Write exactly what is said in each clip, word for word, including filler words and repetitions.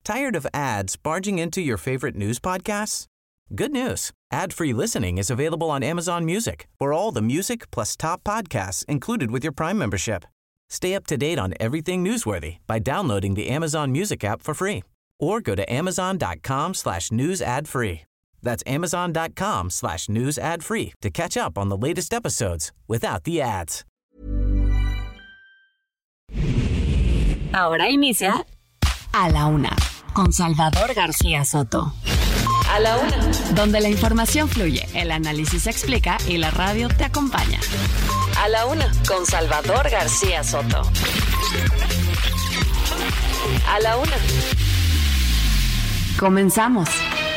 Tired of ads barging into your favorite news podcasts? Good news. Ad-free listening is available on Amazon Music for all the music plus top podcasts included with your Prime membership. Stay up to date on everything newsworthy by downloading the Amazon Music app for free or go to amazon.com slash news ad free. That's amazon.com slash news ad free to catch up on the latest episodes without the ads. Ahora inicia A la Una con Salvador García Soto. A la Una, donde la información fluye, el análisis se explica y la radio te acompaña. A la Una con Salvador García Soto. A la Una. Comenzamos.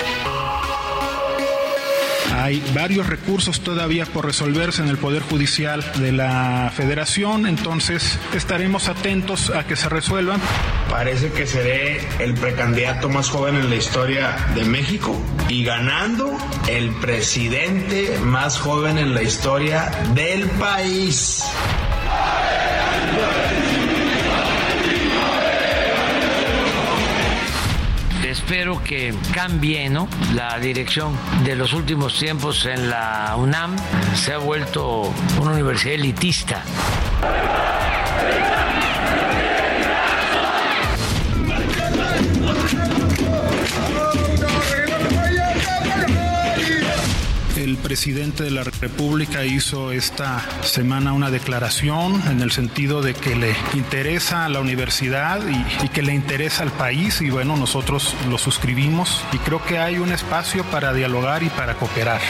Hay varios recursos todavía por resolverse en el Poder Judicial de la Federación, entonces estaremos atentos a que se resuelvan. Parece que seré el precandidato más joven en la historia de México y ganando el presidente más joven en la historia del país. Espero que cambie, ¿no?, la dirección de los últimos tiempos en la UNAM. Se ha vuelto una universidad elitista. El presidente de la República hizo esta semana una declaración en el sentido de que le interesa a la universidad y, y que le interesa al país, y bueno, nosotros lo suscribimos y creo que hay un espacio para dialogar y para cooperar.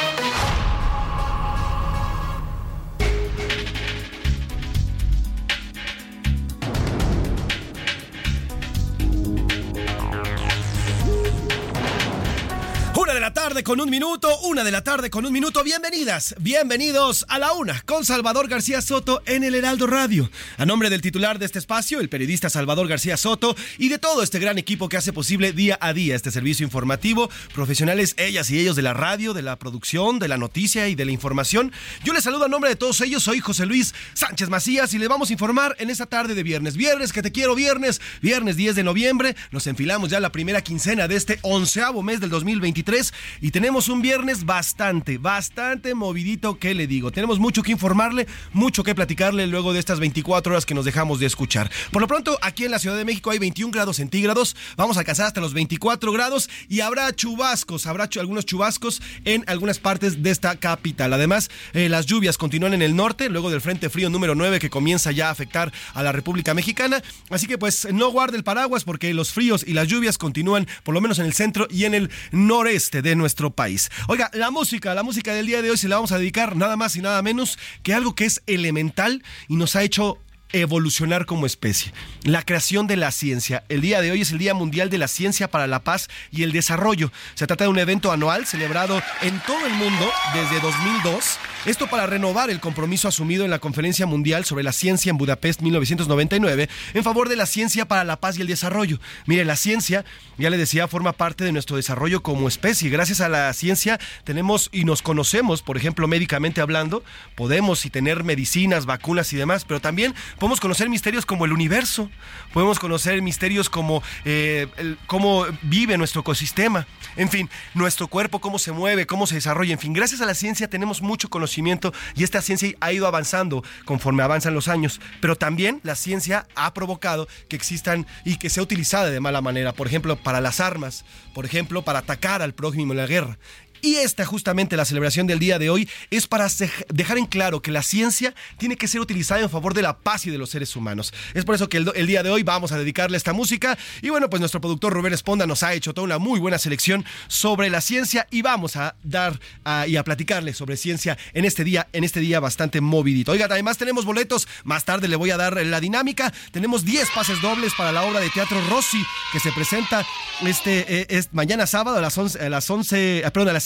Con un minuto, una de la tarde con un minuto. Bienvenidas, bienvenidos a La Una con Salvador García Soto en el Heraldo Radio. A nombre del titular de este espacio, el periodista Salvador García Soto, y de todo este gran equipo que hace posible día a día este servicio informativo, profesionales ellas y ellos de la radio, de la producción, de la noticia y de la información, yo les saludo a nombre de todos ellos. Soy José Luis Sánchez Macías y le vamos a informar en esta tarde de viernes. Viernes que te quiero, viernes, viernes diez de noviembre. Nos enfilamos ya la primera quincena de este onceavo mes del dos mil veintitrés. Y tenemos un viernes bastante, bastante movidito, ¿qué le digo? Tenemos mucho que informarle, mucho que platicarle luego de estas veinticuatro horas que nos dejamos de escuchar. Por lo pronto, aquí en la Ciudad de México hay veintiún grados centígrados, vamos a alcanzar hasta los veinticuatro grados y habrá chubascos, habrá ch- algunos chubascos en algunas partes de esta capital. Además, eh, las lluvias continúan en el norte, luego del Frente Frío número nueve que comienza ya a afectar a la República Mexicana. Así que pues no guarde el paraguas porque los fríos y las lluvias continúan por lo menos en el centro y en el noreste de nuestro país. Oiga, la música, la música del día de hoy se la vamos a dedicar nada más y nada menos que algo que es elemental y nos ha hecho evolucionar como especie: la creación de la ciencia. El día de hoy es el Día Mundial de la Ciencia para la Paz y el Desarrollo. Se trata de un evento anual celebrado en todo el mundo desde dos mil dos. Esto para renovar el compromiso asumido en la Conferencia Mundial sobre la Ciencia en Budapest mil novecientos noventa y nueve en favor de la ciencia para la paz y el desarrollo. Mire, la ciencia, ya le decía, forma parte de nuestro desarrollo como especie. Gracias a la ciencia tenemos y nos conocemos, por ejemplo, médicamente hablando, podemos y tener medicinas, vacunas y demás, pero también podemos conocer misterios como el universo, podemos conocer misterios como eh, el, cómo vive nuestro ecosistema, en fin, nuestro cuerpo, cómo se mueve, cómo se desarrolla, en fin, gracias a la ciencia tenemos mucho conocimiento y esta ciencia ha ido avanzando conforme avanzan los años, pero también la ciencia ha provocado que existan y que sea utilizada de mala manera, por ejemplo, para las armas, por ejemplo, para atacar al prójimo en la guerra. Y esta, justamente, la celebración del día de hoy es para dejar en claro que la ciencia tiene que ser utilizada en favor de la paz y de los seres humanos. Es por eso que el, el día de hoy vamos a dedicarle esta música. Y bueno, pues nuestro productor Rubén Esponda nos ha hecho toda una muy buena selección sobre la ciencia y vamos a dar a, y a platicarle sobre ciencia en este día, en este día bastante movidito. Oiga, además tenemos boletos, más tarde le voy a dar la dinámica. Tenemos diez pases dobles para la obra de teatro Rossi, que se presenta este, eh, es mañana sábado a las once, a las once, perdón, a las siete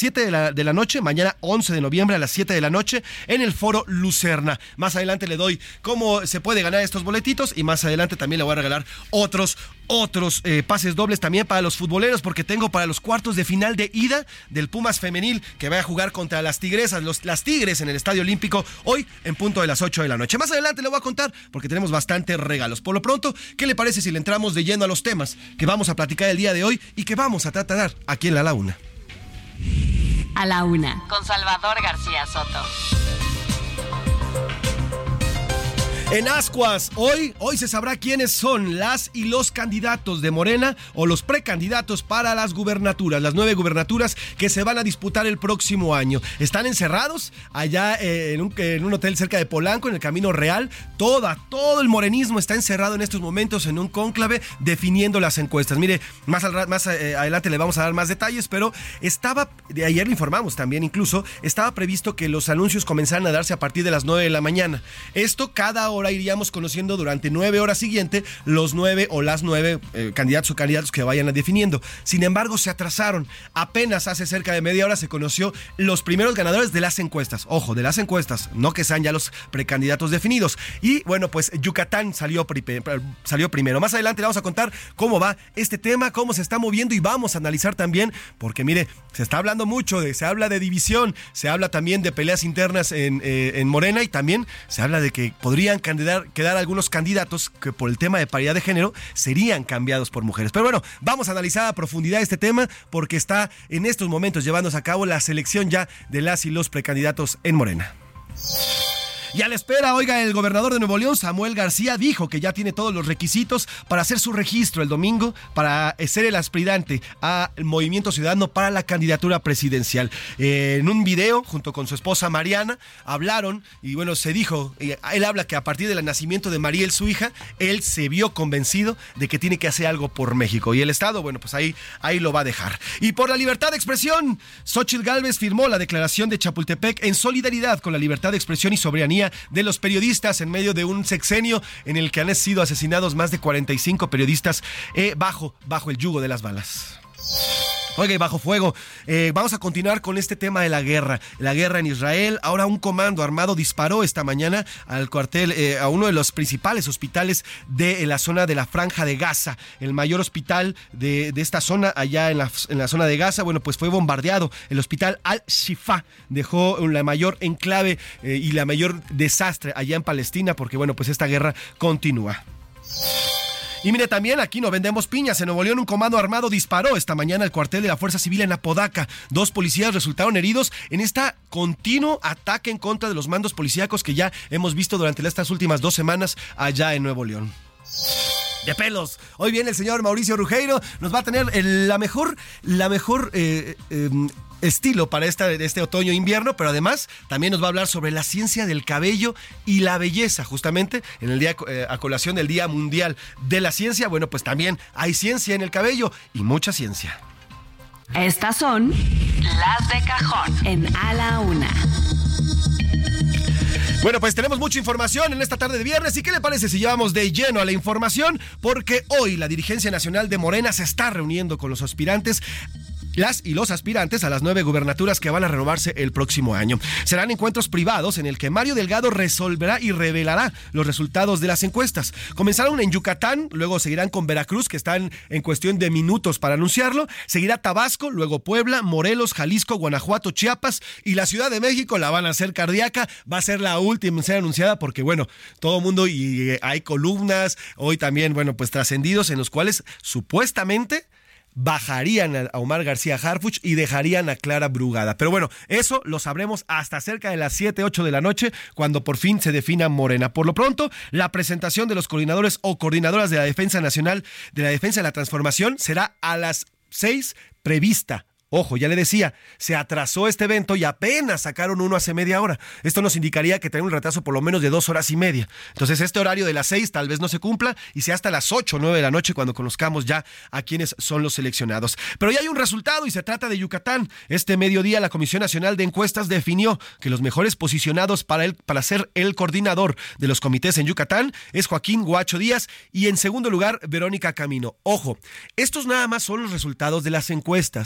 siete de la, de la noche, mañana once de noviembre a las siete de la noche, en el Foro Lucerna. Más adelante le doy cómo se puede ganar estos boletitos y más adelante también le voy a regalar otros, otros eh, pases dobles también para los futboleros, porque tengo para los cuartos de final de ida del Pumas femenil que va a jugar contra las Tigresas, los, las Tigres en el Estadio Olímpico hoy en punto de las ocho de la noche. Más adelante le voy a contar porque tenemos bastantes regalos. Por lo pronto, ¿qué le parece si le entramos de lleno a los temas que vamos a platicar el día de hoy y que vamos a tratar aquí en La, la Una? A la Una, con Salvador García Soto. En Ascuas, hoy, hoy se sabrá quiénes son las y los candidatos de Morena o los precandidatos para las gubernaturas, las nueve gubernaturas que se van a disputar el próximo año. Están encerrados allá eh, en, un, en un hotel cerca de Polanco, en el Camino Real. Toda, todo el morenismo está encerrado en estos momentos en un cónclave definiendo las encuestas. Mire, más, al, más eh, adelante le vamos a dar más detalles, pero estaba, de ayer le informamos también incluso, estaba previsto que los anuncios comenzaran a darse a partir de las nueve de la mañana. Esto cada hora iríamos conociendo durante nueve horas siguientes los nueve o las nueve eh, candidatos o candidatos que vayan definiendo. Sin embargo, se atrasaron. Apenas hace cerca de media hora se conoció los primeros ganadores de las encuestas. Ojo, de las encuestas, no que sean ya los precandidatos definidos. Y bueno, pues Yucatán salió, pri- salió primero. Más adelante le vamos a contar cómo va este tema, cómo se está moviendo y vamos a analizar también, porque mire, se está hablando mucho, de, se habla de división, se habla también de peleas internas en, eh, en Morena y también se habla de que podrían Quedar, quedar algunos candidatos que por el tema de paridad de género serían cambiados por mujeres. Pero bueno, vamos a analizar a profundidad este tema porque está en estos momentos llevándose a cabo la selección ya de las y los precandidatos en Morena. Y a la espera, oiga, el gobernador de Nuevo León, Samuel García, dijo que ya tiene todos los requisitos para hacer su registro el domingo, para ser el aspirante al Movimiento Ciudadano para la candidatura presidencial. Eh, en un video, junto con su esposa Mariana, hablaron y bueno, se dijo, eh, él habla que a partir del nacimiento de Mariel, su hija, él se vio convencido de que tiene que hacer algo por México. Y el Estado, bueno, pues ahí, ahí lo va a dejar. Y por la libertad de expresión, Xóchitl Gálvez firmó la declaración de Chapultepec en solidaridad con la libertad de expresión y soberanía de los periodistas en medio de un sexenio en el que han sido asesinados más de cuarenta y cinco periodistas eh, bajo, bajo el yugo de las balas. Oiga, y bajo fuego, eh, vamos a continuar con este tema de la guerra, la guerra en Israel. Ahora un comando armado disparó esta mañana al cuartel, eh, a uno de los principales hospitales de la zona de la Franja de Gaza, el mayor hospital de, de esta zona allá en la, en la zona de Gaza. Bueno, pues fue bombardeado. El hospital Al-Shifa dejó la mayor enclave eh, y la mayor desastre allá en Palestina porque, bueno, pues esta guerra continúa. Y mire, también aquí no vendemos piñas. En Nuevo León un comando armado disparó esta mañana al cuartel de la Fuerza Civil en Apodaca. Dos policías resultaron heridos en este continuo ataque en contra de los mandos policíacos que ya hemos visto durante estas últimas dos semanas allá en Nuevo León. De pelos. Hoy viene el señor Mauricio Rugeiro, nos va a tener el, la mejor, la mejor eh, eh, estilo para esta, este otoño-invierno, pero además también nos va a hablar sobre la ciencia del cabello y la belleza, justamente en el día eh, a colación del Día Mundial de la Ciencia. Bueno, pues también hay ciencia en el cabello y mucha ciencia. Estas son las de cajón en A la Una. Bueno, pues tenemos mucha información en esta tarde de viernes. ¿Y qué le parece si llevamos de lleno a la información? Porque hoy la dirigencia nacional de Morena se está reuniendo con los aspirantes las y los aspirantes a las nueve gubernaturas que van a renovarse el próximo año. Serán encuentros privados en el que Mario Delgado resolverá y revelará los resultados de las encuestas. Comenzaron en Yucatán, luego seguirán con Veracruz, que están en cuestión de minutos para anunciarlo. Seguirá Tabasco, luego Puebla, Morelos, Jalisco, Guanajuato, Chiapas y la Ciudad de México la van a hacer cardíaca. Va a ser la última en ser anunciada porque, bueno, todo mundo y hay columnas, hoy también, bueno, pues trascendidos en los cuales supuestamente bajarían a Omar García Harfuch y dejarían a Clara Brugada. Pero bueno, eso lo sabremos hasta cerca de las siete, ocho de la noche, cuando por fin se defina Morena. Por lo pronto, la presentación de los coordinadores o coordinadoras de la Defensa Nacional, de la Defensa de la Transformación, será a las seis prevista. Ojo, ya le decía, se atrasó este evento y apenas sacaron uno hace media hora. Esto nos indicaría que tiene un retraso por lo menos de dos horas y media. Entonces este horario de las seis tal vez no se cumpla y sea hasta las ocho o nueve de la noche cuando conozcamos ya a quiénes son los seleccionados. Pero ya hay un resultado y se trata de Yucatán. Este mediodía la Comisión Nacional de Encuestas definió que los mejores posicionados para, el, para ser el coordinador de los comités en Yucatán es Joaquín Guacho Díaz y en segundo lugar Verónica Camino. Ojo, estos nada más son los resultados de las encuestas. En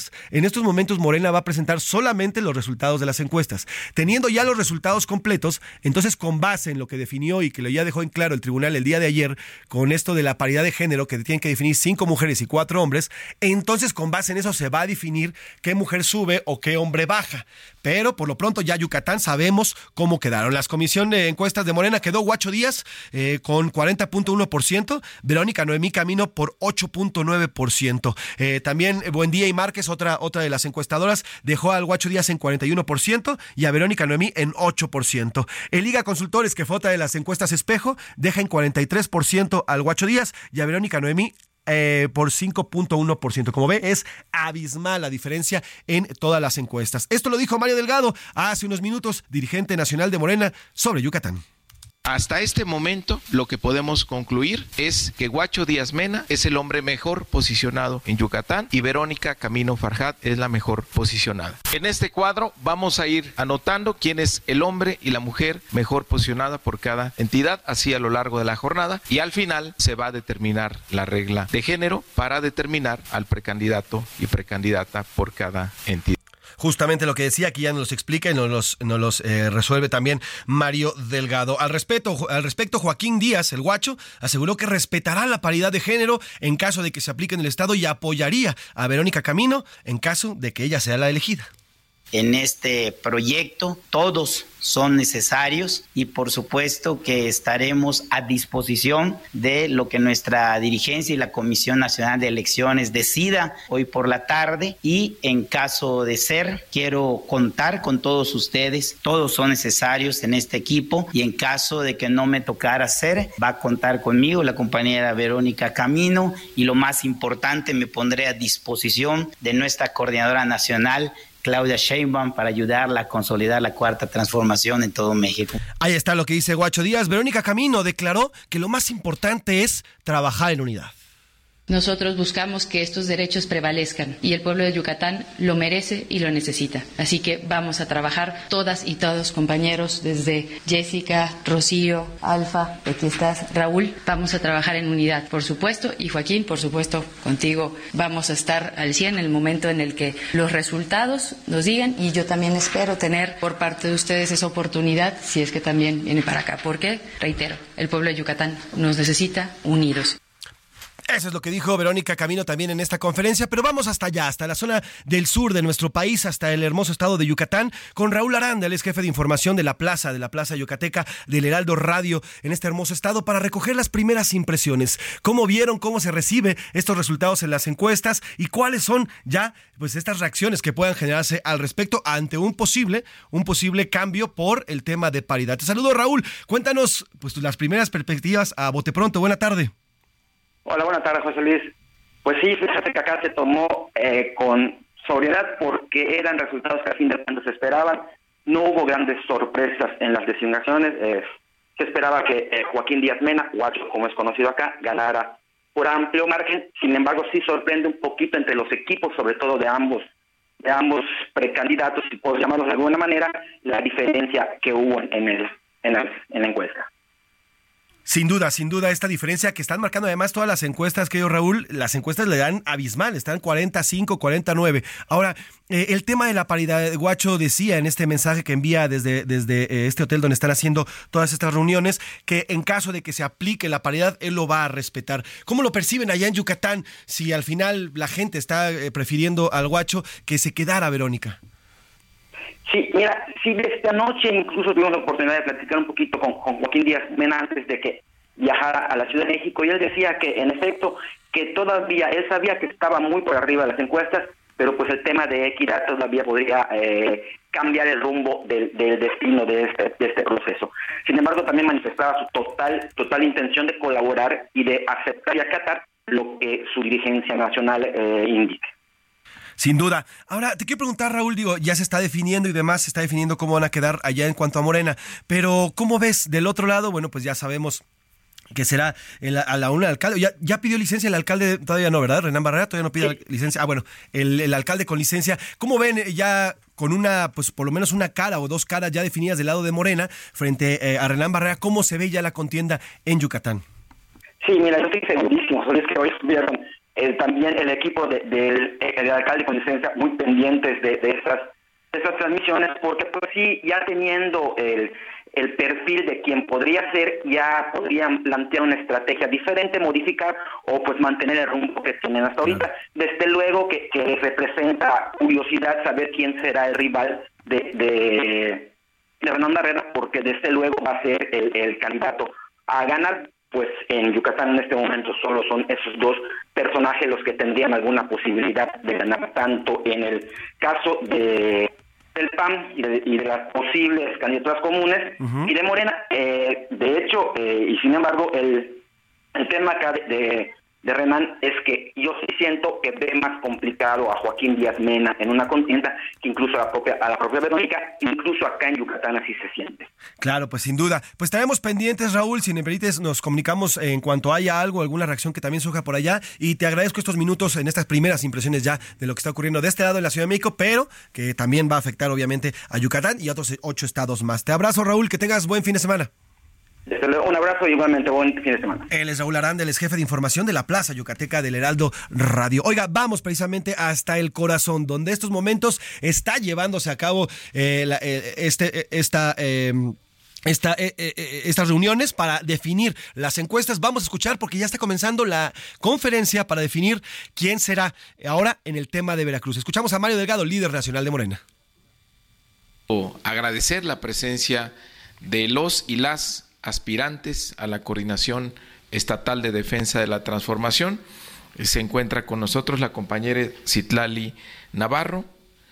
estos momentos Morena va a presentar solamente los resultados de las encuestas. Teniendo ya los resultados completos, entonces con base en lo que definió y que ya dejó en claro el tribunal el día de ayer, con esto de la paridad de género, que tienen que definir cinco mujeres y cuatro hombres, entonces con base en eso se va a definir qué mujer sube o qué hombre baja. Pero por lo pronto ya Yucatán sabemos cómo quedaron. La comisión de encuestas de Morena quedó Huacho Díaz eh, con cuarenta punto uno por ciento, Verónica Noemí Camino por ocho punto nueve por ciento. Eh, también Buendía y Márquez, otra, otra de las encuestadoras, dejó al Huacho Díaz en cuarenta y uno por ciento y a Verónica Noemí en ocho por ciento. El Liga Consultores, que fue otra de las encuestas espejo, deja en cuarenta y tres por ciento al Huacho Díaz y a Verónica Noemí Eh, por cinco punto uno por ciento. Como ve, es abismal la diferencia en todas las encuestas. Esto lo dijo Mario Delgado hace unos minutos, dirigente nacional de Morena, sobre Yucatán. Hasta este momento, lo que podemos concluir es que Huacho Díaz Mena es el hombre mejor posicionado en Yucatán y Verónica Camino Farjat es la mejor posicionada. En este cuadro vamos a ir anotando quién es el hombre y la mujer mejor posicionada por cada entidad, así a lo largo de la jornada, y al final se va a determinar la regla de género para determinar al precandidato y precandidata por cada entidad. Justamente lo que decía, aquí ya nos los explica y nos los, nos los eh, resuelve también Mario Delgado. Al respecto, al respecto, Joaquín Díaz, el Huacho, aseguró que respetará la paridad de género en caso de que se aplique en el Estado y apoyaría a Verónica Camino en caso de que ella sea la elegida. En este proyecto todos son necesarios y por supuesto que estaremos a disposición de lo que nuestra dirigencia y la Comisión Nacional de Elecciones decida hoy por la tarde, y en caso de ser, quiero contar con todos ustedes, todos son necesarios en este equipo, y en caso de que no me tocara ser, va a contar conmigo la compañera Verónica Camino, y lo más importante, me pondré a disposición de nuestra coordinadora nacional, Claudia Sheinbaum, para ayudarla a consolidar la cuarta transformación en todo México. Ahí está lo que dice Huacho Díaz. Verónica Camino declaró que lo más importante es trabajar en unidad. Nosotros buscamos que estos derechos prevalezcan y el pueblo de Yucatán lo merece y lo necesita. Así que vamos a trabajar todas y todos, compañeros, desde Jessica, Rocío, Alfa, aquí estás, Raúl, vamos a trabajar en unidad, por supuesto, y Joaquín, por supuesto, contigo vamos a estar al cien en el momento en el que los resultados nos digan, y yo también espero tener por parte de ustedes esa oportunidad, si es que también viene para acá, porque, reitero, el pueblo de Yucatán nos necesita unidos. Eso es lo que dijo Verónica Camino también en esta conferencia, pero vamos hasta allá, hasta la zona del sur de nuestro país, hasta el hermoso estado de Yucatán, con Raúl Aranda, él es jefe de información de la plaza, de la plaza yucateca del Heraldo Radio en este hermoso estado, para recoger las primeras impresiones. ¿Cómo vieron, cómo se recibe estos resultados en las encuestas y cuáles son ya pues estas reacciones que puedan generarse al respecto ante un posible, un posible cambio por el tema de paridad? Te saludo, Raúl. Cuéntanos pues las primeras perspectivas a bote pronto. Buena tarde. Hola, buenas tardes, José Luis. Pues sí, fíjate que acá se tomó eh, con sobriedad porque eran resultados que a fin de cuentas se esperaban. No hubo grandes sorpresas en las designaciones. Eh, se esperaba que eh, Joaquín Díaz Mena, Huacho como es conocido acá, ganara por amplio margen. Sin embargo, sí sorprende un poquito entre los equipos, sobre todo de ambos de ambos precandidatos, si puedo llamarlos de alguna manera, la diferencia que hubo en, el, en, la, en la encuesta. Sin duda, sin duda, esta diferencia que están marcando además todas las encuestas, querido Raúl, las encuestas le dan abismal, están cuarenta y cinco, cuarenta y nueve. Ahora, eh, el tema de la paridad, Huacho decía en este mensaje que envía desde, desde eh, este hotel donde están haciendo todas estas reuniones, que en caso de que se aplique la paridad, él lo va a respetar. ¿Cómo lo perciben allá en Yucatán si al final la gente está eh, prefiriendo al Huacho que se quedara Verónica? Sí, mira, sí, desde anoche incluso tuvimos la oportunidad de platicar un poquito con, con Joaquín Díaz Mena antes de que viajara a la Ciudad de México, y él decía que, en efecto, que todavía, él sabía que estaba muy por arriba de las encuestas, pero pues el tema de equidad todavía podría eh, cambiar el rumbo del, del destino de este, de este proceso. Sin embargo, también manifestaba su total, total intención de colaborar y de aceptar y acatar lo que su dirigencia nacional eh, indique. Sin duda. Ahora, te quiero preguntar, Raúl, digo, ya se está definiendo y demás, se está definiendo cómo van a quedar allá en cuanto a Morena, pero ¿cómo ves del otro lado? Bueno, pues ya sabemos que será el, a la una alcalde. Ya, ya pidió licencia el alcalde, todavía no, ¿verdad? Renán Barrera todavía no pide sí. licencia. Ah, bueno, el, el alcalde con licencia. ¿Cómo ven ya con una, pues por lo menos una cara o dos caras ya definidas del lado de Morena frente eh, a Renán Barrera? ¿Cómo se ve ya la contienda en Yucatán? Sí, mira, yo estoy segurísimo, es que hoy estuvieron el, también el equipo de, de, de, del alcalde con licencia muy pendientes de, de estas de estas transmisiones, porque pues sí, ya teniendo el, el perfil de quien podría ser, ya podrían plantear una estrategia diferente, modificar o pues mantener el rumbo que tienen hasta ahorita. Desde luego que, que representa curiosidad saber quién será el rival de, de, de Renan Barrera, porque desde luego va a ser el, el candidato a ganar. Pues en Yucatán en este momento solo son esos dos personajes los que tendrían alguna posibilidad de ganar, tanto en el caso de del P A N y de, y de las posibles candidaturas comunes, uh-huh, y de Morena. Eh, de hecho, eh, y sin embargo, el, el tema acá de, de, de Renan es que yo sí siento que ve más complicado a Joaquín Díaz Mena en una contienda que incluso a la propia a la propia Verónica, incluso acá en Yucatán así se siente. Claro, pues sin duda. Pues estaremos pendientes, Raúl, si me permites nos comunicamos en cuanto haya algo, alguna reacción que también surja por allá, y te agradezco estos minutos en estas primeras impresiones ya de lo que está ocurriendo de este lado de la Ciudad de México, pero que también va a afectar obviamente a Yucatán y a otros ocho estados más. Te abrazo, Raúl, que tengas buen fin de semana. Desde luego, un abrazo y igualmente buen fin de semana. Él es Raúl Aranda, él es jefe de información de la Plaza Yucateca del Heraldo Radio. Oiga, vamos precisamente hasta el corazón, donde estos momentos está llevándose a cabo eh, la, eh, este, esta... Eh, Esta, eh, eh, estas reuniones para definir las encuestas. Vamos a escuchar porque ya está comenzando la conferencia para definir quién será ahora en el tema de Veracruz. Escuchamos a Mario Delgado, líder nacional de Morena. Agradecer la presencia de los y las aspirantes a la Coordinación Estatal de Defensa de la Transformación. Se encuentra con nosotros la compañera Citlali Navarro,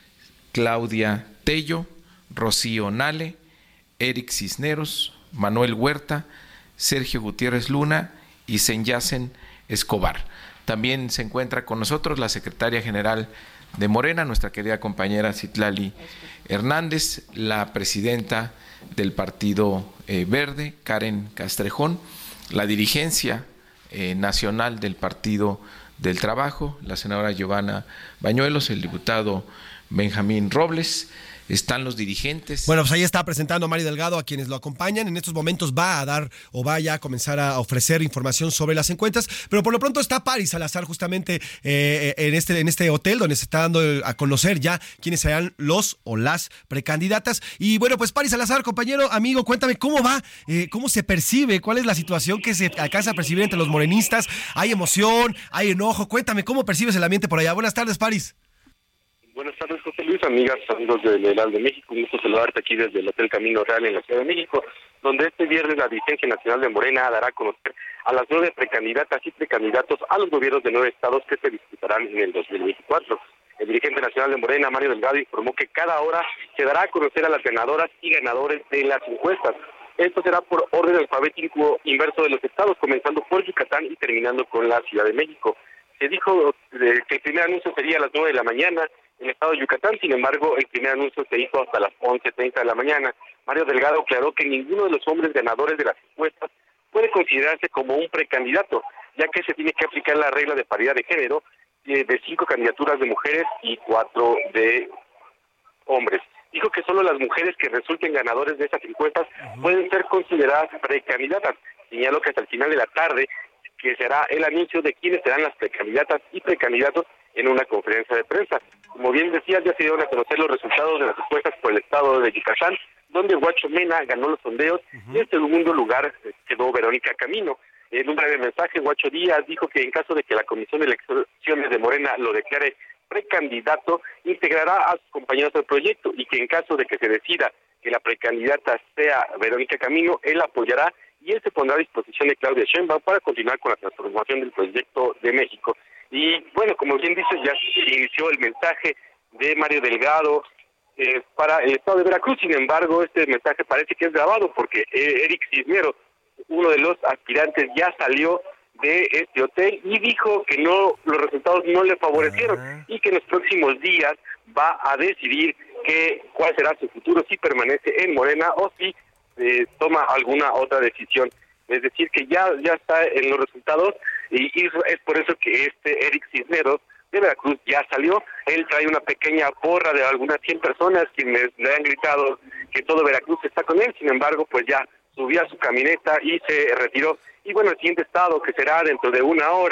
Claudia Tello, Rocío Nale, Eric Cisneros, Manuel Huerta, Sergio Gutiérrez Luna y Senyacen Escobar. También se encuentra con nosotros la secretaria general de Morena, nuestra querida compañera Citlali Hernández, la presidenta del Partido eh, Verde, Karen Castrejón, la dirigencia eh, nacional del Partido del Trabajo, la senadora Giovanna Bañuelos, el diputado Benjamín Robles. Están los dirigentes. Bueno, pues ahí está presentando a Mario Delgado, a quienes lo acompañan. En estos momentos va a dar o va ya a comenzar a ofrecer información sobre las encuestas, pero por lo pronto está Paris Salazar justamente eh, en este en este hotel donde se está dando a conocer ya quiénes serán los o las precandidatas. Y bueno, pues Paris Salazar, compañero, amigo, cuéntame cómo va, eh, cómo se percibe, cuál es la situación que se alcanza a percibir entre los morenistas. ¿Hay emoción? ¿Hay enojo? Cuéntame, ¿cómo percibes el ambiente por allá? Buenas tardes, Paris. Buenas tardes, José Luis, amigas, amigos del Heraldo de México. Un gusto saludarte aquí desde el Hotel Camino Real en la Ciudad de México, donde este viernes la dirigencia nacional de Morena dará a conocer a las nueve precandidatas y precandidatos a los gobiernos de nueve estados que se disputarán en el dos mil veinticuatro. El dirigente nacional de Morena, Mario Delgado, informó que cada hora se dará a conocer a las ganadoras y ganadores de las encuestas. Esto será por orden alfabético inverso de los estados, comenzando por Yucatán y terminando con la Ciudad de México. Se dijo que el primer anuncio sería a las nueve de la mañana en el estado de Yucatán. Sin embargo, el primer anuncio se hizo hasta las once treinta de la mañana. Mario Delgado aclaró que ninguno de los hombres ganadores de las encuestas puede considerarse como un precandidato, ya que se tiene que aplicar la regla de paridad de género eh, de cinco candidaturas de mujeres y cuatro de hombres. Dijo que solo las mujeres que resulten ganadores de esas encuestas uh-huh. pueden ser consideradas precandidatas. Señaló que hasta el final de la tarde que será el anuncio de quiénes serán las precandidatas y precandidatos en una conferencia de prensa. Como bien decías, ya se dieron a conocer los resultados de las encuestas por el estado de Yucatán, donde Guacho Mena ganó los sondeos uh-huh. y en segundo lugar quedó Verónica Camino. En un breve mensaje, Guacho Díaz dijo que en caso de que la Comisión de Elecciones de Morena lo declare precandidato, integrará a sus compañeros del proyecto y que en caso de que se decida que la precandidata sea Verónica Camino, él apoyará y él se pondrá a disposición de Claudia Sheinbaum para continuar con la transformación del proyecto de México. Y bueno, como bien dices, ya se inició el mensaje de Mario Delgado eh, para el estado de Veracruz. Sin embargo, este mensaje parece que es grabado porque eh, Eric Cisneros, uno de los aspirantes, ya salió de este hotel y dijo que no, los resultados no le favorecieron uh-huh. y que en los próximos días va a decidir que cuál será su futuro, si permanece en Morena o si eh, toma alguna otra decisión. Es decir, que ya ya está en los resultados y, y es por eso que este Eric Cisneros de Veracruz ya salió. Él trae una pequeña porra de algunas cien personas quienes le han gritado que todo Veracruz está con él. Sin embargo, pues ya subió a su camioneta y se retiró. Y bueno, el siguiente estado, que será dentro de una hora,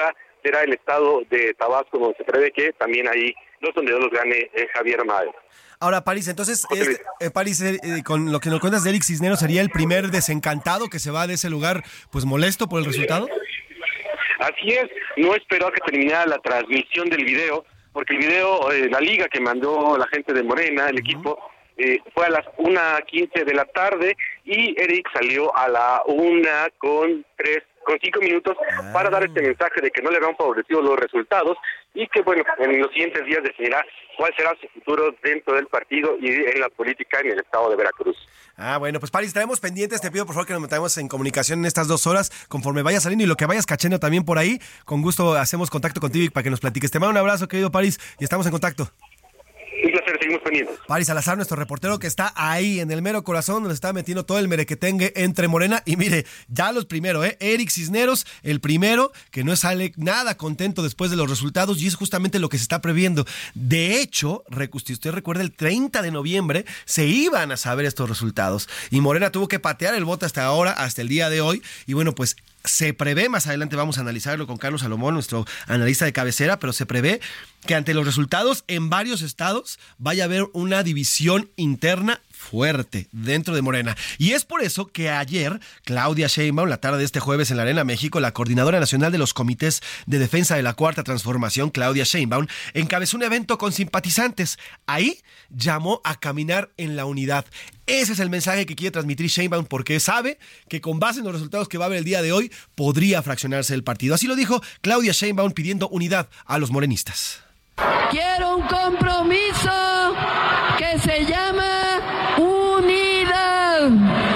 será el estado de Tabasco, donde se prevé que también ahí los sondeos los gane eh, Javier Madero. Ahora, París, entonces, este, eh, París, eh, con lo que nos cuentas de Eric Cisneros, ¿sería el primer desencantado que se va de ese lugar, pues molesto por el resultado? Así es, no esperó a que terminara la transmisión del video, porque el video, eh, la liga que mandó la gente de Morena, el uh-huh. equipo, eh, fue a las una quince de la tarde y Eric salió a la una con tres, con cinco minutos ah. para dar este mensaje de que no le habían favorecido los resultados y que, bueno, en los siguientes días definirá cuál será su futuro dentro del partido y en la política en el estado de Veracruz. Ah, bueno, pues París, traemos pendientes, te pido por favor que nos metamos en comunicación en estas dos horas, conforme vaya saliendo y lo que vayas cachando también por ahí, con gusto hacemos contacto contigo y para que nos platiques. Te mando un abrazo, querido París, y estamos en contacto. Un placer, seguimos pendientes. París Salazar, nuestro reportero que está ahí en el mero corazón, donde está metiendo todo el merequetengue entre Morena. Y mire, ya los primeros, ¿eh? Eric Cisneros, el primero, que no sale nada contento después de los resultados, y es justamente lo que se está previendo. De hecho, si usted recuerda, el treinta de noviembre se iban a saber estos resultados. Y Morena tuvo que patear el bote hasta ahora, hasta el día de hoy. Y bueno, pues se prevé, más adelante vamos a analizarlo con Carlos Salomón, nuestro analista de cabecera, pero se prevé que ante los resultados en varios estados vaya a haber una división interna fuerte dentro de Morena. Y es por eso que ayer Claudia Sheinbaum, la tarde de este jueves en la Arena México, la coordinadora nacional de los comités de defensa de la Cuarta Transformación, Claudia Sheinbaum, encabezó un evento con simpatizantes. Ahí llamó a caminar en la unidad. Ese es el mensaje que quiere transmitir Sheinbaum, porque sabe que con base en los resultados que va a haber el día de hoy, podría fraccionarse el partido. Así lo dijo Claudia Sheinbaum pidiendo unidad a los morenistas. Quiero un compromiso que se llama unidad.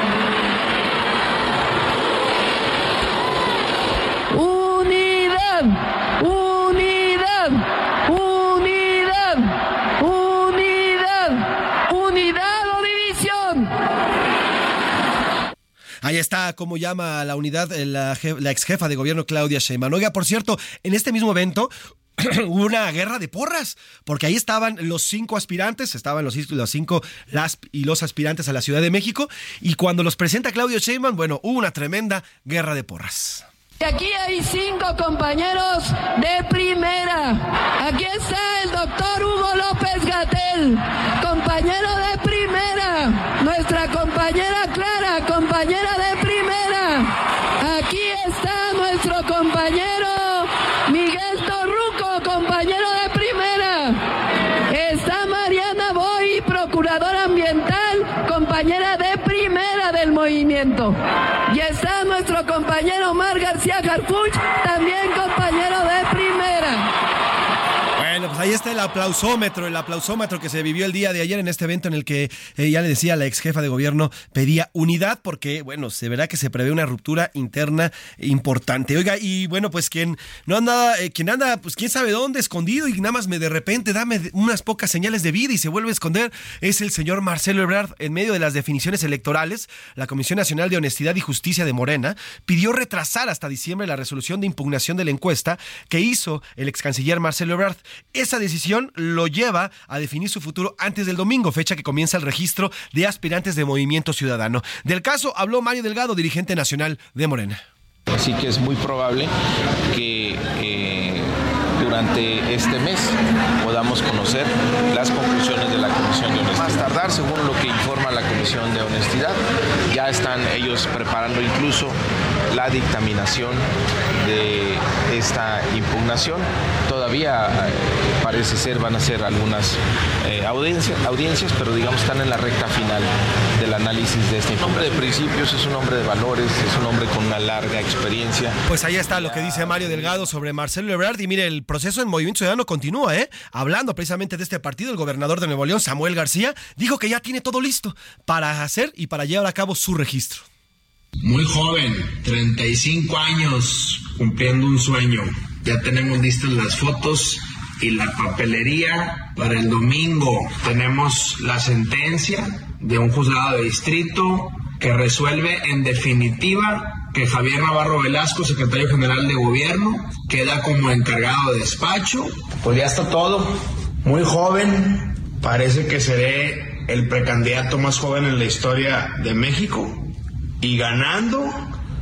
Unidad, unidad, unidad, unidad, unidad o división. Ahí está cómo llama a la unidad la, la ex jefa de gobierno Claudia Sheinbaum. Oiga, por cierto, en este mismo evento hubo una guerra de porras, porque ahí estaban los cinco aspirantes, estaban los, los cinco las y los aspirantes a la Ciudad de México, y cuando los presenta Claudia Sheinbaum, bueno, hubo una tremenda guerra de porras. Aquí hay cinco compañeros de primera. Aquí está el doctor Hugo López-Gatell, compañero de primera. Nuestra compañera Clara, compañera de primera. Aquí está nuestro compañero Miguel Torruco, compañero de primera. Está Mariana Boy, procuradora ambiental, compañera de primera del movimiento. Y está nuestro compañero Omar García Harfuch, también compañero de primera. Bueno, pues ahí está el aplausómetro, el aplausómetro que se vivió el día de ayer en este evento en el que eh, ya le decía la ex jefa de gobierno pedía unidad porque, bueno, se verá que se prevé una ruptura interna importante. Oiga, y bueno, pues quien no anda, eh, quien anda, pues quién sabe dónde, escondido y nada más me de repente dame unas pocas señales de vida y se vuelve a esconder, es el señor Marcelo Ebrard. En medio de las definiciones electorales, la Comisión Nacional de Honestidad y Justicia de Morena pidió retrasar hasta diciembre la resolución de impugnación de la encuesta que hizo el ex canciller Marcelo Ebrard. Esa decisión lo lleva a definir su futuro antes del domingo, fecha que comienza el registro de aspirantes de Movimiento Ciudadano. Del caso habló Mario Delgado, dirigente nacional de Morena. Así que es muy probable que eh, durante este mes podamos conocer las conclusiones de la Comisión de Honestidad. Más tardar, según lo que informa la Comisión de Honestidad, ya están ellos preparando incluso la dictaminación de esta impugnación. Todavía eh, parece ser, van a ser algunas eh, audiencias, audiencias, pero digamos están en la recta final del análisis de este. Es un hombre de principios, es un hombre de valores, es un hombre con una larga experiencia. Pues ahí está lo que dice Mario Delgado sobre Marcelo Ebrard. Y mire, el proceso en Movimiento Ciudadano continúa, ¿eh? Hablando precisamente de este partido, el gobernador de Nuevo León, Samuel García, dijo que ya tiene todo listo para hacer y para llevar a cabo su registro. Muy joven, treinta y cinco años, cumpliendo un sueño. Ya tenemos listas las fotos y la papelería para el domingo. Tenemos la sentencia de un juzgado de distrito que resuelve en definitiva que Javier Navarro Velasco, secretario general de gobierno, queda como encargado de despacho. Pues ya está todo. Muy joven, parece que seré el precandidato más joven en la historia de México. Y ganando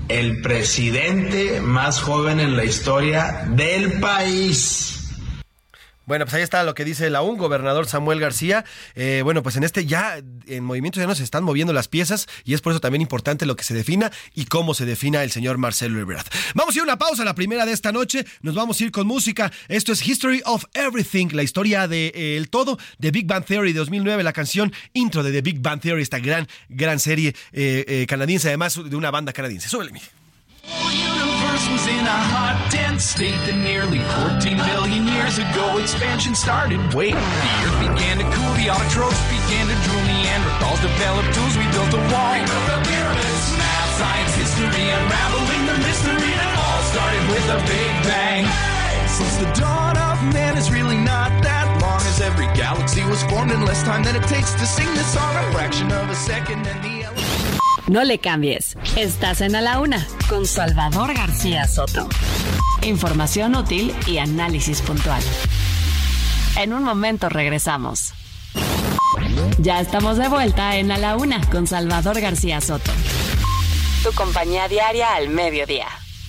el presidente más joven en la historia del país. Bueno, pues ahí está lo que dice la U N, gobernador Samuel García. Eh, bueno, pues en este ya, en Movimiento Ciudadano se están moviendo las piezas y es por eso también importante lo que se defina y cómo se defina el señor Marcelo Ebrard. Vamos a ir a una pausa, la primera de esta noche. Nos vamos a ir con música. Esto es History of Everything, la historia de eh, el todo, de Big Bang Theory de dos mil nueve, la canción intro de The Big Bang Theory, esta gran, gran serie eh, eh, canadiense, además de una banda canadiense. Súbele, mire. Was in a hot, dense state that nearly fourteen billion years ago expansion started. Wait, the earth began to cool, the autotrophs began to drool, Neanderthals developed tools, we built a wall. We built the pyramids. Math, science, history, unraveling the mystery that all started with a Big Bang. Since the dawn of man is really not that long, as every galaxy was formed in less time than it takes to sing this song, a fraction of a second, and the No le cambies. Estás en A la Una con Salvador García Soto. Información útil y análisis puntual. En un momento regresamos. Ya estamos de vuelta en A la Una con Salvador García Soto. Tu compañía diaria al mediodía.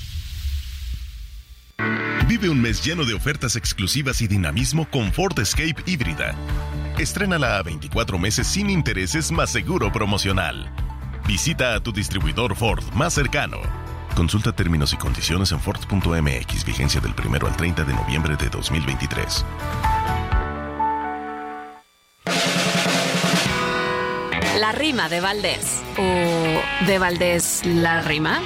Vive un mes lleno de ofertas exclusivas y dinamismo con Ford Escape híbrida. Estrénala a veinticuatro meses sin intereses más seguro promocional. Visita a tu distribuidor Ford más cercano. Consulta términos y condiciones en Ford punto M X. Vigencia del primero al treinta de noviembre de dos mil veintitrés. La rima de Valdés. ¿O de Valdés la rima?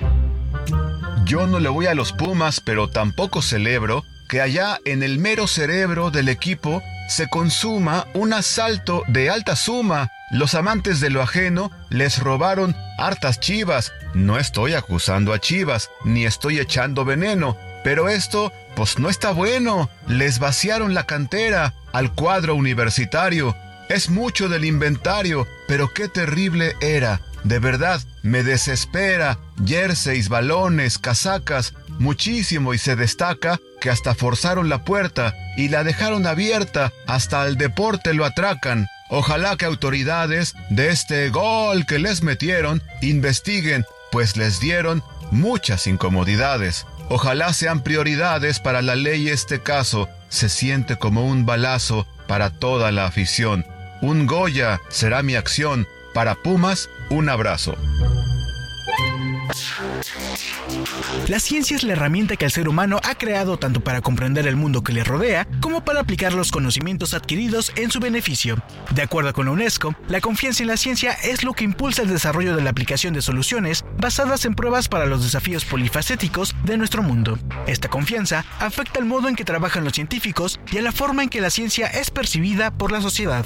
Yo no le voy a los Pumas, pero tampoco celebro que allá en el mero cerebro del equipo se consuma un asalto de alta suma. Los amantes de lo ajeno les robaron hartas chivas. No estoy acusando a Chivas, ni estoy echando veneno, pero esto, pues no está bueno. Les vaciaron la cantera al cuadro universitario. Es mucho del inventario, pero qué terrible era. De verdad, me desespera. Jerseys, balones, casacas, muchísimo, y se destaca que hasta forzaron la puerta y la dejaron abierta. Hasta al deporte lo atracan. Ojalá que autoridades de este gol que les metieron investiguen, pues les dieron muchas incomodidades. Ojalá sean prioridades para la ley este caso. Se siente como un balazo para toda la afición. Un Goya será mi acción. Para Pumas, un abrazo. La ciencia es la herramienta que el ser humano ha creado tanto para comprender el mundo que le rodea, como para aplicar los conocimientos adquiridos en su beneficio. De acuerdo con la UNESCO, la confianza en la ciencia es lo que impulsa el desarrollo de la aplicación de soluciones basadas en pruebas para los desafíos polifacéticos de nuestro mundo. Esta confianza afecta el modo en que trabajan los científicos y a la forma en que la ciencia es percibida por la sociedad.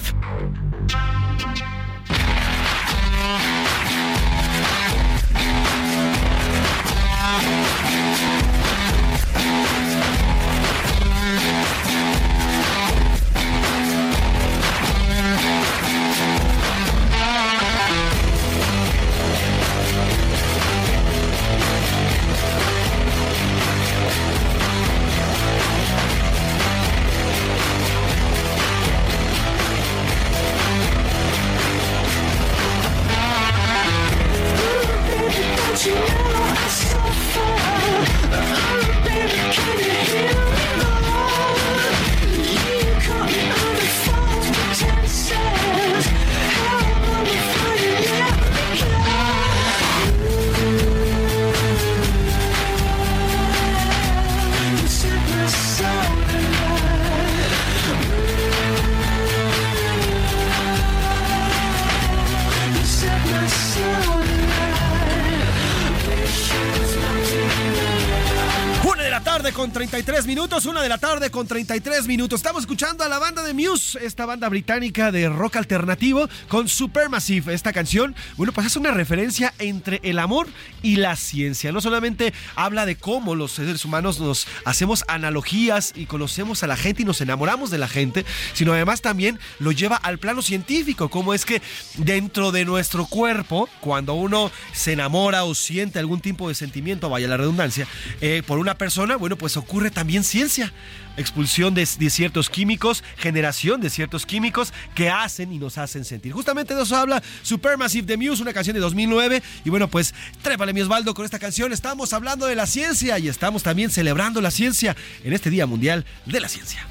Con treinta y tres minutos, una de la tarde con treinta y tres minutos. Estamos escuchando a la banda de Muse, esta banda británica de rock alternativo con Supermassive. Esta canción, bueno, pues hace una referencia entre el amor y la ciencia. No solamente habla de cómo los seres humanos nos hacemos analogías y conocemos a la gente y nos enamoramos de la gente, sino además también lo lleva al plano científico, cómo es que dentro de nuestro cuerpo, cuando uno se enamora o siente algún tipo de sentimiento, vaya la redundancia, eh, por una persona, bueno, pues ocurre también ciencia. Expulsión de, de ciertos químicos, generación de ciertos químicos que hacen y nos hacen sentir. Justamente de eso habla Supermassive The Muse, una canción de dos mil nueve. Y bueno, pues trépale, mi Osvaldo, con esta canción estamos hablando de la ciencia y estamos también celebrando la ciencia en este Día Mundial de la Ciencia.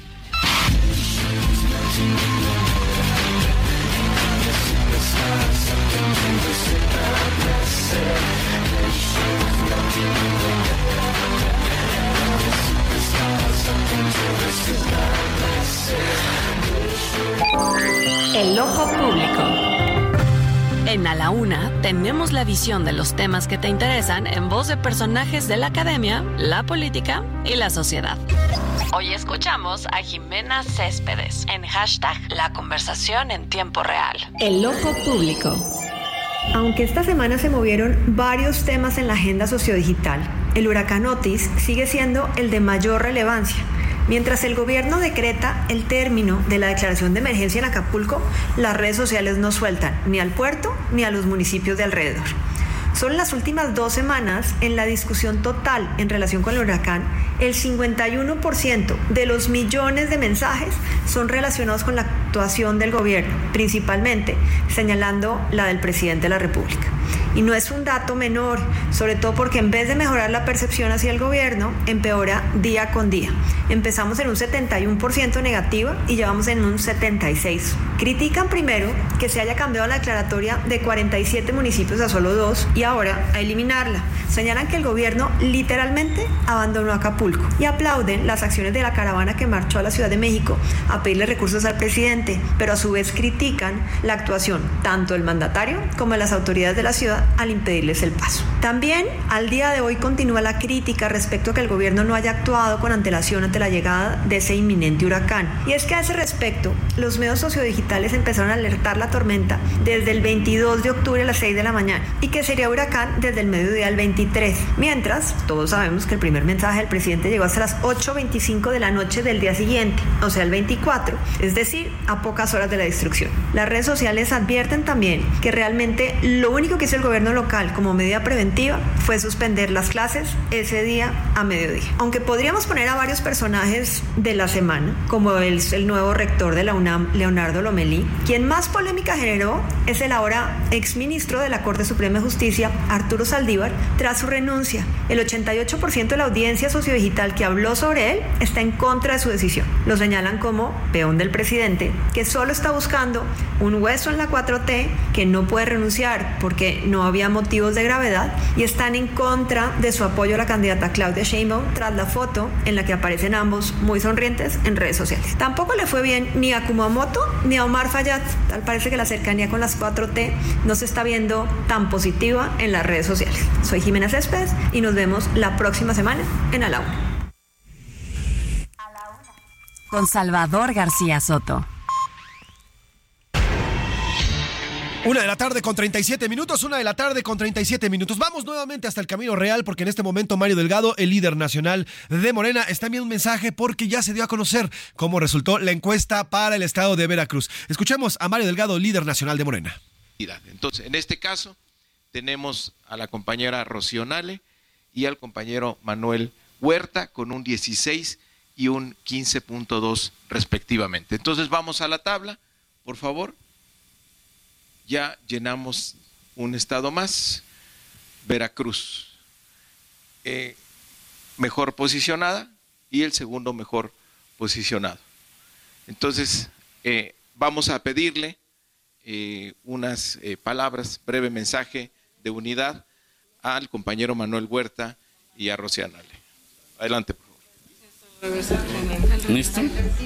El ojo público. En A la Una tenemos la visión de los temas que te interesan en voz de personajes de la academia, la política y la sociedad. Hoy escuchamos a Jimena Céspedes en hashtag La Conversación en Tiempo Real. El ojo público. Aunque esta semana se movieron varios temas en la agenda sociodigital, el huracán Otis sigue siendo el de mayor relevancia. Mientras el gobierno decreta el término de la declaración de emergencia en Acapulco, las redes sociales no sueltan ni al puerto ni a los municipios de alrededor. Solo en las últimas dos semanas, en la discusión total en relación con el huracán, el cincuenta y uno por ciento de los millones de mensajes son relacionados con la actuación del gobierno, principalmente señalando la del presidente de la República. Y no es un dato menor, sobre todo porque en vez de mejorar la percepción hacia el gobierno, empeora día con día. Empezamos en un setenta y uno por ciento negativa y llevamos en un setenta y seis por ciento. Critican primero que se haya cambiado la declaratoria de cuarenta y siete municipios a solo dos y ahora a eliminarla. Señalan que el gobierno literalmente abandonó Acapulco y aplauden las acciones de la caravana que marchó a la Ciudad de México a pedirle recursos al presidente, pero a su vez critican la actuación tanto del mandatario como de las autoridades de la ciudad al impedirles el paso. También al día de hoy continúa la crítica respecto a que el gobierno no haya actuado con antelación ante la llegada de ese inminente huracán. Y es que a ese respecto, los medios sociodigitales empezaron a alertar la tormenta desde el veintidós de octubre a las seis de la mañana y que sería huracán desde el mediodía al veintitrés. Mientras, todos sabemos que el primer mensaje del presidente llegó hasta las ocho veinticinco de la noche del día siguiente, o sea, el veinticuatro, es decir, a pocas horas de la destrucción. Las redes sociales advierten también que realmente lo único que hizo el gobierno local como medida preventiva fue suspender las clases ese día a mediodía. Aunque podríamos poner a varios personajes de la semana, como el, el nuevo rector de la UNAM, Leonardo Lomelí, quien más polémica generó es el ahora exministro de la Corte Suprema de Justicia, Arturo Saldívar, tras su renuncia. El ochenta y ocho por ciento de la audiencia sociodigital que habló sobre él está en contra de su decisión. Lo señalan como peón del presidente, que solo está buscando un hueso en la cuatro T, que no puede renunciar porque no había motivos de gravedad, y están en contra de su apoyo a la candidata Claudia Sheinbaum tras la foto en la que aparecen ambos muy sonrientes en redes sociales. Tampoco le fue bien ni a Kumamoto ni a Omar Fayad. Tal parece que la cercanía con las cuatro T no se está viendo tan positiva en las redes sociales. Soy Jimena Céspedes y nos vemos la próxima semana en A la Una. Con Salvador García Soto. Una de la tarde con treinta y siete minutos, una de la tarde con treinta y siete minutos. Vamos nuevamente hasta el Camino Real porque en este momento Mario Delgado, el líder nacional de Morena, está enviando un mensaje porque ya se dio a conocer cómo resultó la encuesta para el estado de Veracruz. Escuchemos a Mario Delgado, líder nacional de Morena. Entonces, en este caso, tenemos a la compañera Rocío Nale y al compañero Manuel Huerta con un dieciséis y un quince punto dos respectivamente. Entonces, vamos a la tabla, por favor. Ya llenamos un estado más, Veracruz, eh, mejor posicionada y el segundo mejor posicionado. Entonces, eh, vamos a pedirle eh, unas eh, palabras, breve mensaje de unidad al compañero Manuel Huerta y a Rocío Nale. Adelante, por favor. ¿Listo?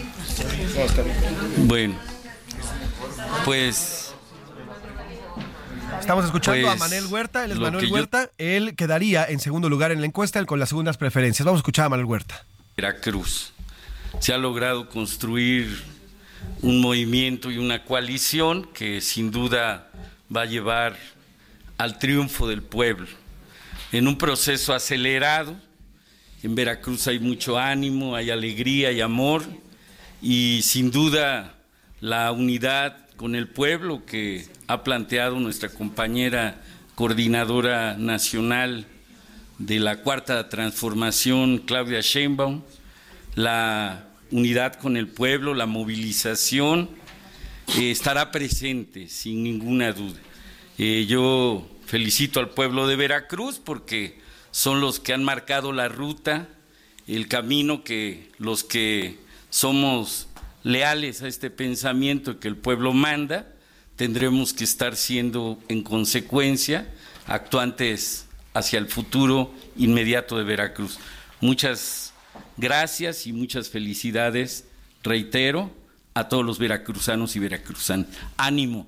Bueno, pues... Estamos escuchando pues, a Manuel Huerta, él es Manuel yo... Huerta, él quedaría en segundo lugar en la encuesta, él con las segundas preferencias. Vamos a escuchar a Manuel Huerta. Veracruz. Se ha logrado construir un movimiento y una coalición que sin duda va a llevar al triunfo del pueblo. En un proceso acelerado, en Veracruz hay mucho ánimo, hay alegría y amor, y sin duda la unidad con el pueblo que ha planteado nuestra compañera coordinadora nacional de la Cuarta Transformación, Claudia Sheinbaum, la unidad con el pueblo, la movilización, eh, estará presente sin ninguna duda. Eh, yo felicito al pueblo de Veracruz porque son los que han marcado la ruta, el camino, que los que somos leales a este pensamiento que el pueblo manda, tendremos que estar siendo en consecuencia actuantes hacia el futuro inmediato de Veracruz. Muchas gracias y muchas felicidades, reitero, a todos los veracruzanos y veracruzanas. ¡Ánimo!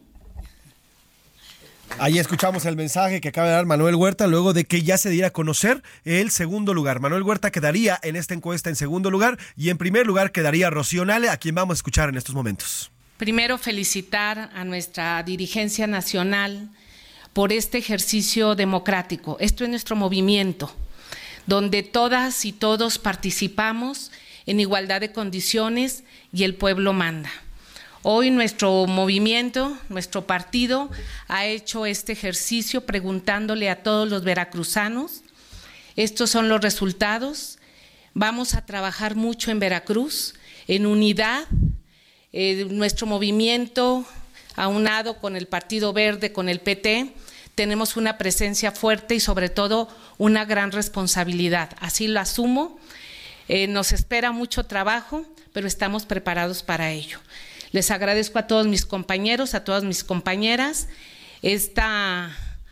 Ahí escuchamos el mensaje que acaba de dar Manuel Huerta luego de que ya se diera a conocer el segundo lugar. Manuel Huerta quedaría en esta encuesta en segundo lugar y en primer lugar quedaría Rocío Nale, a quien vamos a escuchar en estos momentos. Primero, felicitar a nuestra dirigencia nacional por este ejercicio democrático. Esto es nuestro movimiento, donde todas y todos participamos en igualdad de condiciones y el pueblo manda. Hoy nuestro movimiento, nuestro partido, ha hecho este ejercicio preguntándole a todos los veracruzanos. Estos son los resultados. Vamos a trabajar mucho en Veracruz, en unidad. Eh, nuestro movimiento, aunado con el Partido Verde, con el P T, tenemos una presencia fuerte y sobre todo una gran responsabilidad. Así lo asumo. Eh, nos espera mucho trabajo, pero estamos preparados para ello. Les agradezco a todos mis compañeros, a todas mis compañeras, esta,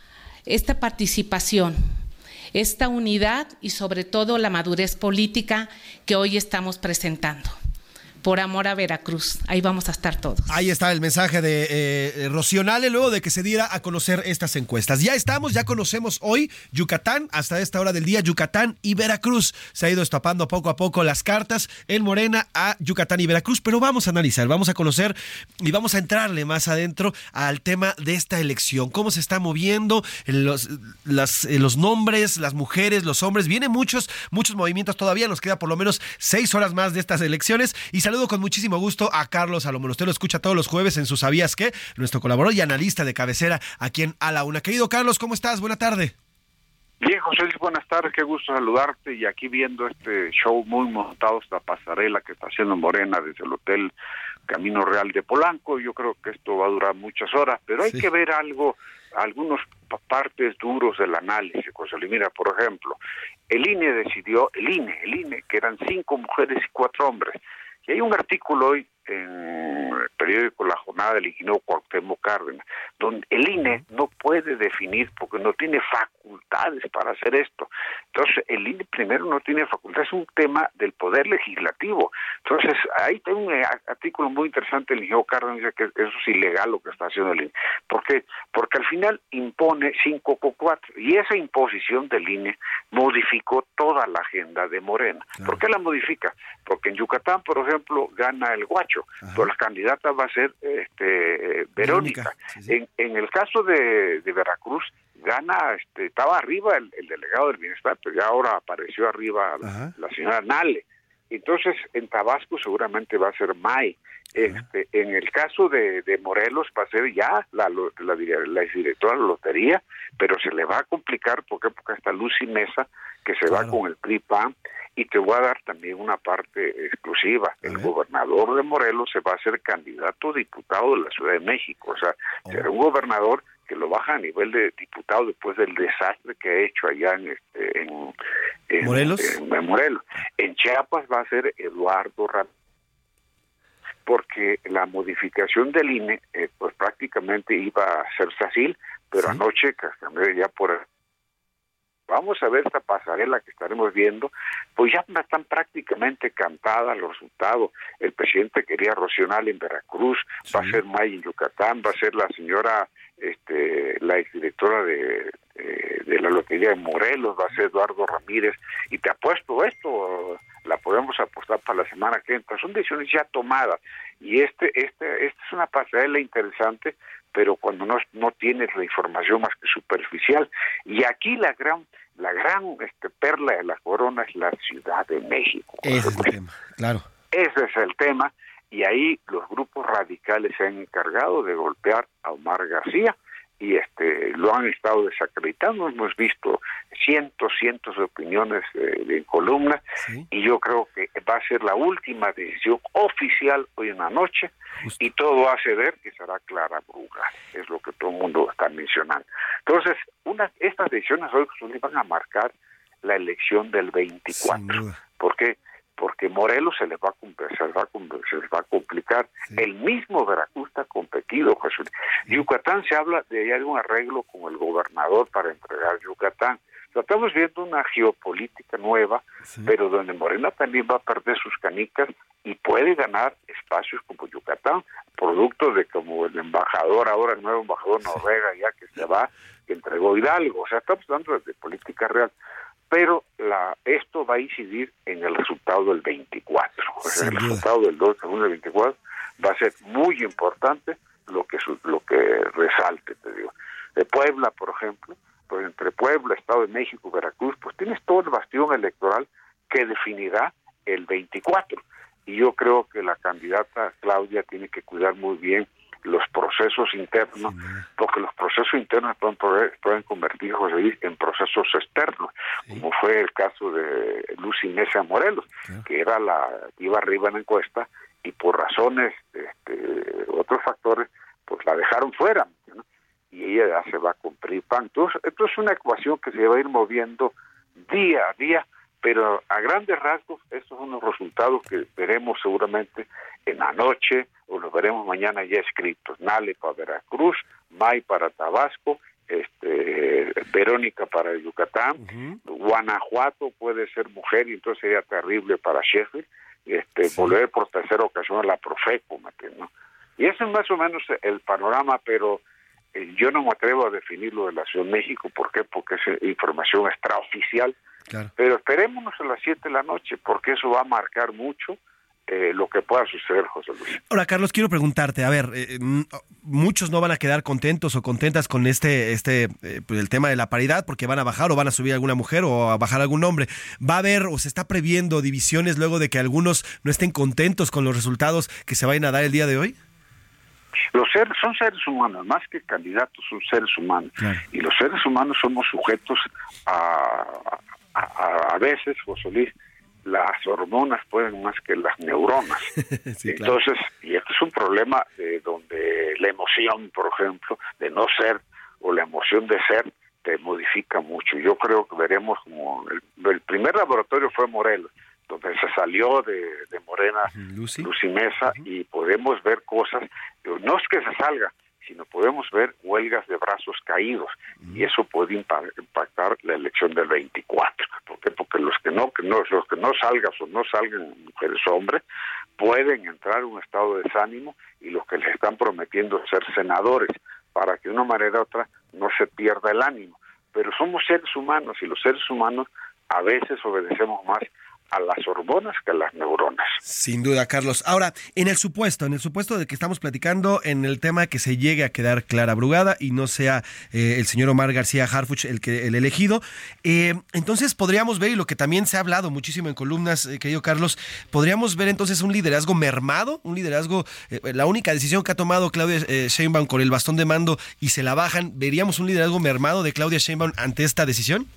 esta participación, esta unidad y sobre todo la madurez política que hoy estamos presentando. Por amor a Veracruz, ahí vamos a estar todos. Ahí está el mensaje de eh, Rocío Nale luego de que se diera a conocer estas encuestas. Ya estamos, ya conocemos hoy Yucatán, hasta esta hora del día, Yucatán y Veracruz. Se ha ido destapando poco a poco las cartas en Morena a Yucatán y Veracruz, pero vamos a analizar, vamos a conocer y vamos a entrarle más adentro al tema de esta elección. Cómo se está moviendo los, las, los nombres, las mujeres, los hombres. Vienen muchos, muchos movimientos todavía. Nos queda por lo menos seis horas más de estas elecciones y saludos con muchísimo gusto a Carlos Salomón. Usted lo escucha todos los jueves en su ¿Sabías qué? Nuestro colaborador y analista de cabecera aquí en A la Una. Querido Carlos, ¿cómo estás? Buena tarde. Bien, José Luis, buenas tardes, qué gusto saludarte y aquí viendo este show muy montado, esta pasarela que está haciendo Morena desde el Hotel Camino Real de Polanco. Yo creo que esto va a durar muchas horas, pero hay sí. que ver algo, algunos partes duros del análisis, José Luis. Mira, por ejemplo, el I N E decidió, el I N E, el I N E, que eran cinco mujeres y cuatro hombres. Y hay un artículo hoy en el periódico La Jornada del ingeniero Cuauhtémoc Cárdenas, donde el I N E no puede definir porque no tiene facultades para hacer esto. Entonces, el I N E primero no tiene facultades, es un tema del Poder Legislativo. Entonces, ahí hay un artículo muy interesante del ingeniero Cárdenas, dice que eso es ilegal lo que está haciendo el I N E. ¿Por qué? Porque al final impone cinco con cuatro, y esa imposición del I N E modificó toda la agenda de Morena. Claro. ¿Por qué la modifica? Porque en Yucatán, por ejemplo, gana el Guacho, Ajá. pero la candidata va a ser este, eh, Verónica. Verónica. Sí, sí. En, en el caso de, de Veracruz, gana, este, estaba arriba el, el delegado del bienestar, pero ya ahora apareció arriba la, la señora Nale. Entonces, en Tabasco seguramente va a ser May. Este, en el caso de, de Morelos va a ser ya la, la, la exdirectora de la lotería, pero se le va a complicar porque, porque está Lucy Mesa, que se claro. va con el P R I P A N. Y te voy a dar también una parte exclusiva. El gobernador de Morelos se va a hacer candidato a diputado de la Ciudad de México. O sea, oh. será un gobernador que lo baja a nivel de diputado después del desastre que ha hecho allá en, este, en, en, ¿Morelos? En, en Morelos. En Chiapas va a ser Eduardo Ramírez, porque la modificación del I N E eh, pues prácticamente iba a ser fácil, pero ¿sí? anoche cambió ya por... Vamos a ver esta pasarela que estaremos viendo, pues ya están prácticamente cantadas los resultados. El presidente quería Rocío Nale en Veracruz, sí. va a ser May en Yucatán, va a ser la señora, este, la exdirectora de, de, de la lotería de Morelos, va a ser Eduardo Ramírez, y te apuesto esto, la podemos apostar para la semana que entra. Son decisiones ya tomadas, y este, este, esta es una pasarela interesante, pero cuando no, no tienes la información más que superficial. Y aquí la gran la gran este, perla de la corona es la Ciudad de México. Ese es el tema, claro. Ese es el tema, y ahí los grupos radicales se han encargado de golpear a Omar García. y este lo han estado desacreditando. Hemos visto cientos, cientos de opiniones eh, de columnas, ¿sí? Y yo creo que va a ser la última decisión oficial hoy en la noche. Justo. Y todo hace ver que será Clara Brugada, es lo que todo el mundo está mencionando. Entonces, una, estas decisiones hoy van a marcar la elección del veinticuatro. ¿Por qué? Porque Morelos se les va a, se les va a, se les va a complicar. Sí. El mismo Veracruz está competido, Jesús. Sí. Yucatán se habla de hay un arreglo con el gobernador para entregar Yucatán. O sea, estamos viendo una geopolítica nueva, sí. Pero donde Morena también va a perder sus canicas y puede ganar espacios como Yucatán, producto de como el embajador, ahora el nuevo embajador Noruega, ya que se va, que entregó Hidalgo. O sea, estamos hablando de política real. Pero la esto va a incidir en el resultado del veinticuatro. O sea, el duda. resultado del dos de junio del veinticuatro va a ser muy importante lo que lo que resalte, te digo. De Puebla, por ejemplo, pues entre Puebla, Estado de México, Veracruz, pues tienes todo el bastión electoral que definirá el veinticuatro. Y yo creo que la candidata Claudia tiene que cuidar muy bien los procesos internos, sí, porque los procesos internos pueden, pueden convertir, José Luis, en procesos externos, sí. Como fue el caso de Lucy Mesa Morelos, sí. Que era la iba arriba en la encuesta y por razones, este, otros factores, pues la dejaron fuera, ¿no? Y ella ya se va a cumplir pan. Entonces, esto es una ecuación que se va a ir moviendo día a día, pero a grandes rasgos estos son los resultados que veremos seguramente en la noche, o los veremos mañana ya escritos. Nale para Veracruz, May para Tabasco, este Verónica para Yucatán, uh-huh. Guanajuato puede ser mujer y entonces sería terrible para Sheffield, este sí. Volver por tercera ocasión a la Profeco, ¿no? Y ese es más o menos el panorama, pero eh, yo no me atrevo a definir lo de la Ciudad de México. ¿Por qué? Porque es información extraoficial. Claro. Pero esperémonos a las siete de la noche, porque eso va a marcar mucho eh, lo que pueda suceder, José Luis. Ahora, Carlos, quiero preguntarte, a ver, eh, muchos no van a quedar contentos o contentas con este, este eh, pues el tema de la paridad, porque van a bajar o van a subir alguna mujer o a bajar algún hombre. ¿Va a haber o se está previendo divisiones luego de que algunos no estén contentos con los resultados que se vayan a dar el día de hoy? Los seres son seres humanos, más que candidatos, son seres humanos. Claro. Y los seres humanos somos sujetos a, a, a veces, José Luis, las hormonas pueden más que las neuronas. Sí, entonces, claro. Y esto es un problema de donde la emoción, por ejemplo, de no ser, o la emoción de ser, te modifica mucho. Yo creo que veremos como el, el primer laboratorio fue Morelos, donde se salió de, de Morena Lucy, Lucy Mesa, uh-huh. Y podemos ver cosas, no es que se salga, sino podemos ver huelgas de brazos caídos, uh-huh. Y eso puede impactar la elección del veinticuatro. ¿Por qué? Porque los que no, que no, los que no salgan o no salgan mujeres o hombres, pueden entrar en un estado de desánimo y los que les están prometiendo ser senadores, para que de una manera u otra no se pierda el ánimo. Pero somos seres humanos y los seres humanos a veces obedecemos más a las hormonas que a las neuronas. Sin duda, Carlos. Ahora, en el supuesto, en el supuesto de que estamos platicando, en el tema que se llegue a quedar Clara Brugada y no sea eh, el señor Omar García Harfuch el que el elegido, eh, entonces podríamos ver, y lo que también se ha hablado muchísimo en columnas, eh, querido Carlos, podríamos ver entonces un liderazgo mermado, un liderazgo, eh, la única decisión que ha tomado Claudia eh, Sheinbaum con el bastón de mando y se la bajan, ¿veríamos un liderazgo mermado de Claudia Sheinbaum ante esta decisión?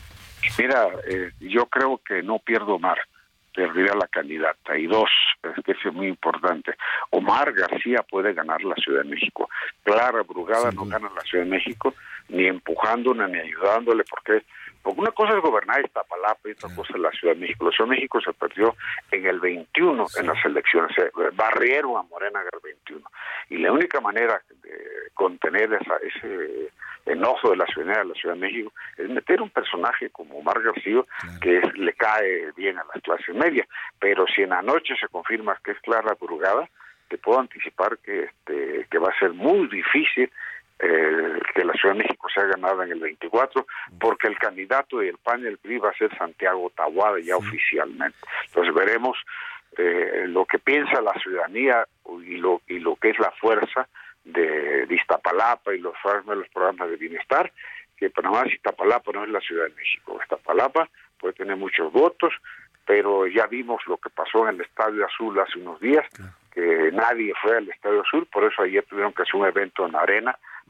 Mira, eh, yo creo que no pierdo Omar, perderá la candidata. Y dos, es que es muy importante, Omar García puede ganar la Ciudad de México. Clara Brugada sí, no gana la Ciudad de México, ni empujándola, ni ayudándole, porque, porque una cosa es gobernar Iztapalapa y otra sí. cosa es la Ciudad de México. La Ciudad de México se perdió en el veintiuno, sí. en las elecciones, se barrieron a Morena en el veintiuno. Y la única manera de contener esa, ese enojo de la ciudadanía de la Ciudad de México es meter un personaje como Omar García, claro. que es, le cae bien a las clases medias, pero si en la noche se confirma que es Clara Brugada, te puedo anticipar que este que va a ser muy difícil eh, que la Ciudad de México sea ganada en el veinticuatro, porque el candidato del P A N y el P R I va a ser Santiago Taboada ya sí. oficialmente. Entonces veremos eh, lo que piensa la ciudadanía y lo y lo que es la fuerza de, de Iztapalapa y los, los programas de bienestar, que para más Iztapalapa no es la Ciudad de México. Iztapalapa puede tener muchos votos, pero ya vimos lo que pasó en el Estadio Azul hace unos días, que nadie fue al Estadio Azul, por eso ayer tuvieron que hacer un evento en la arena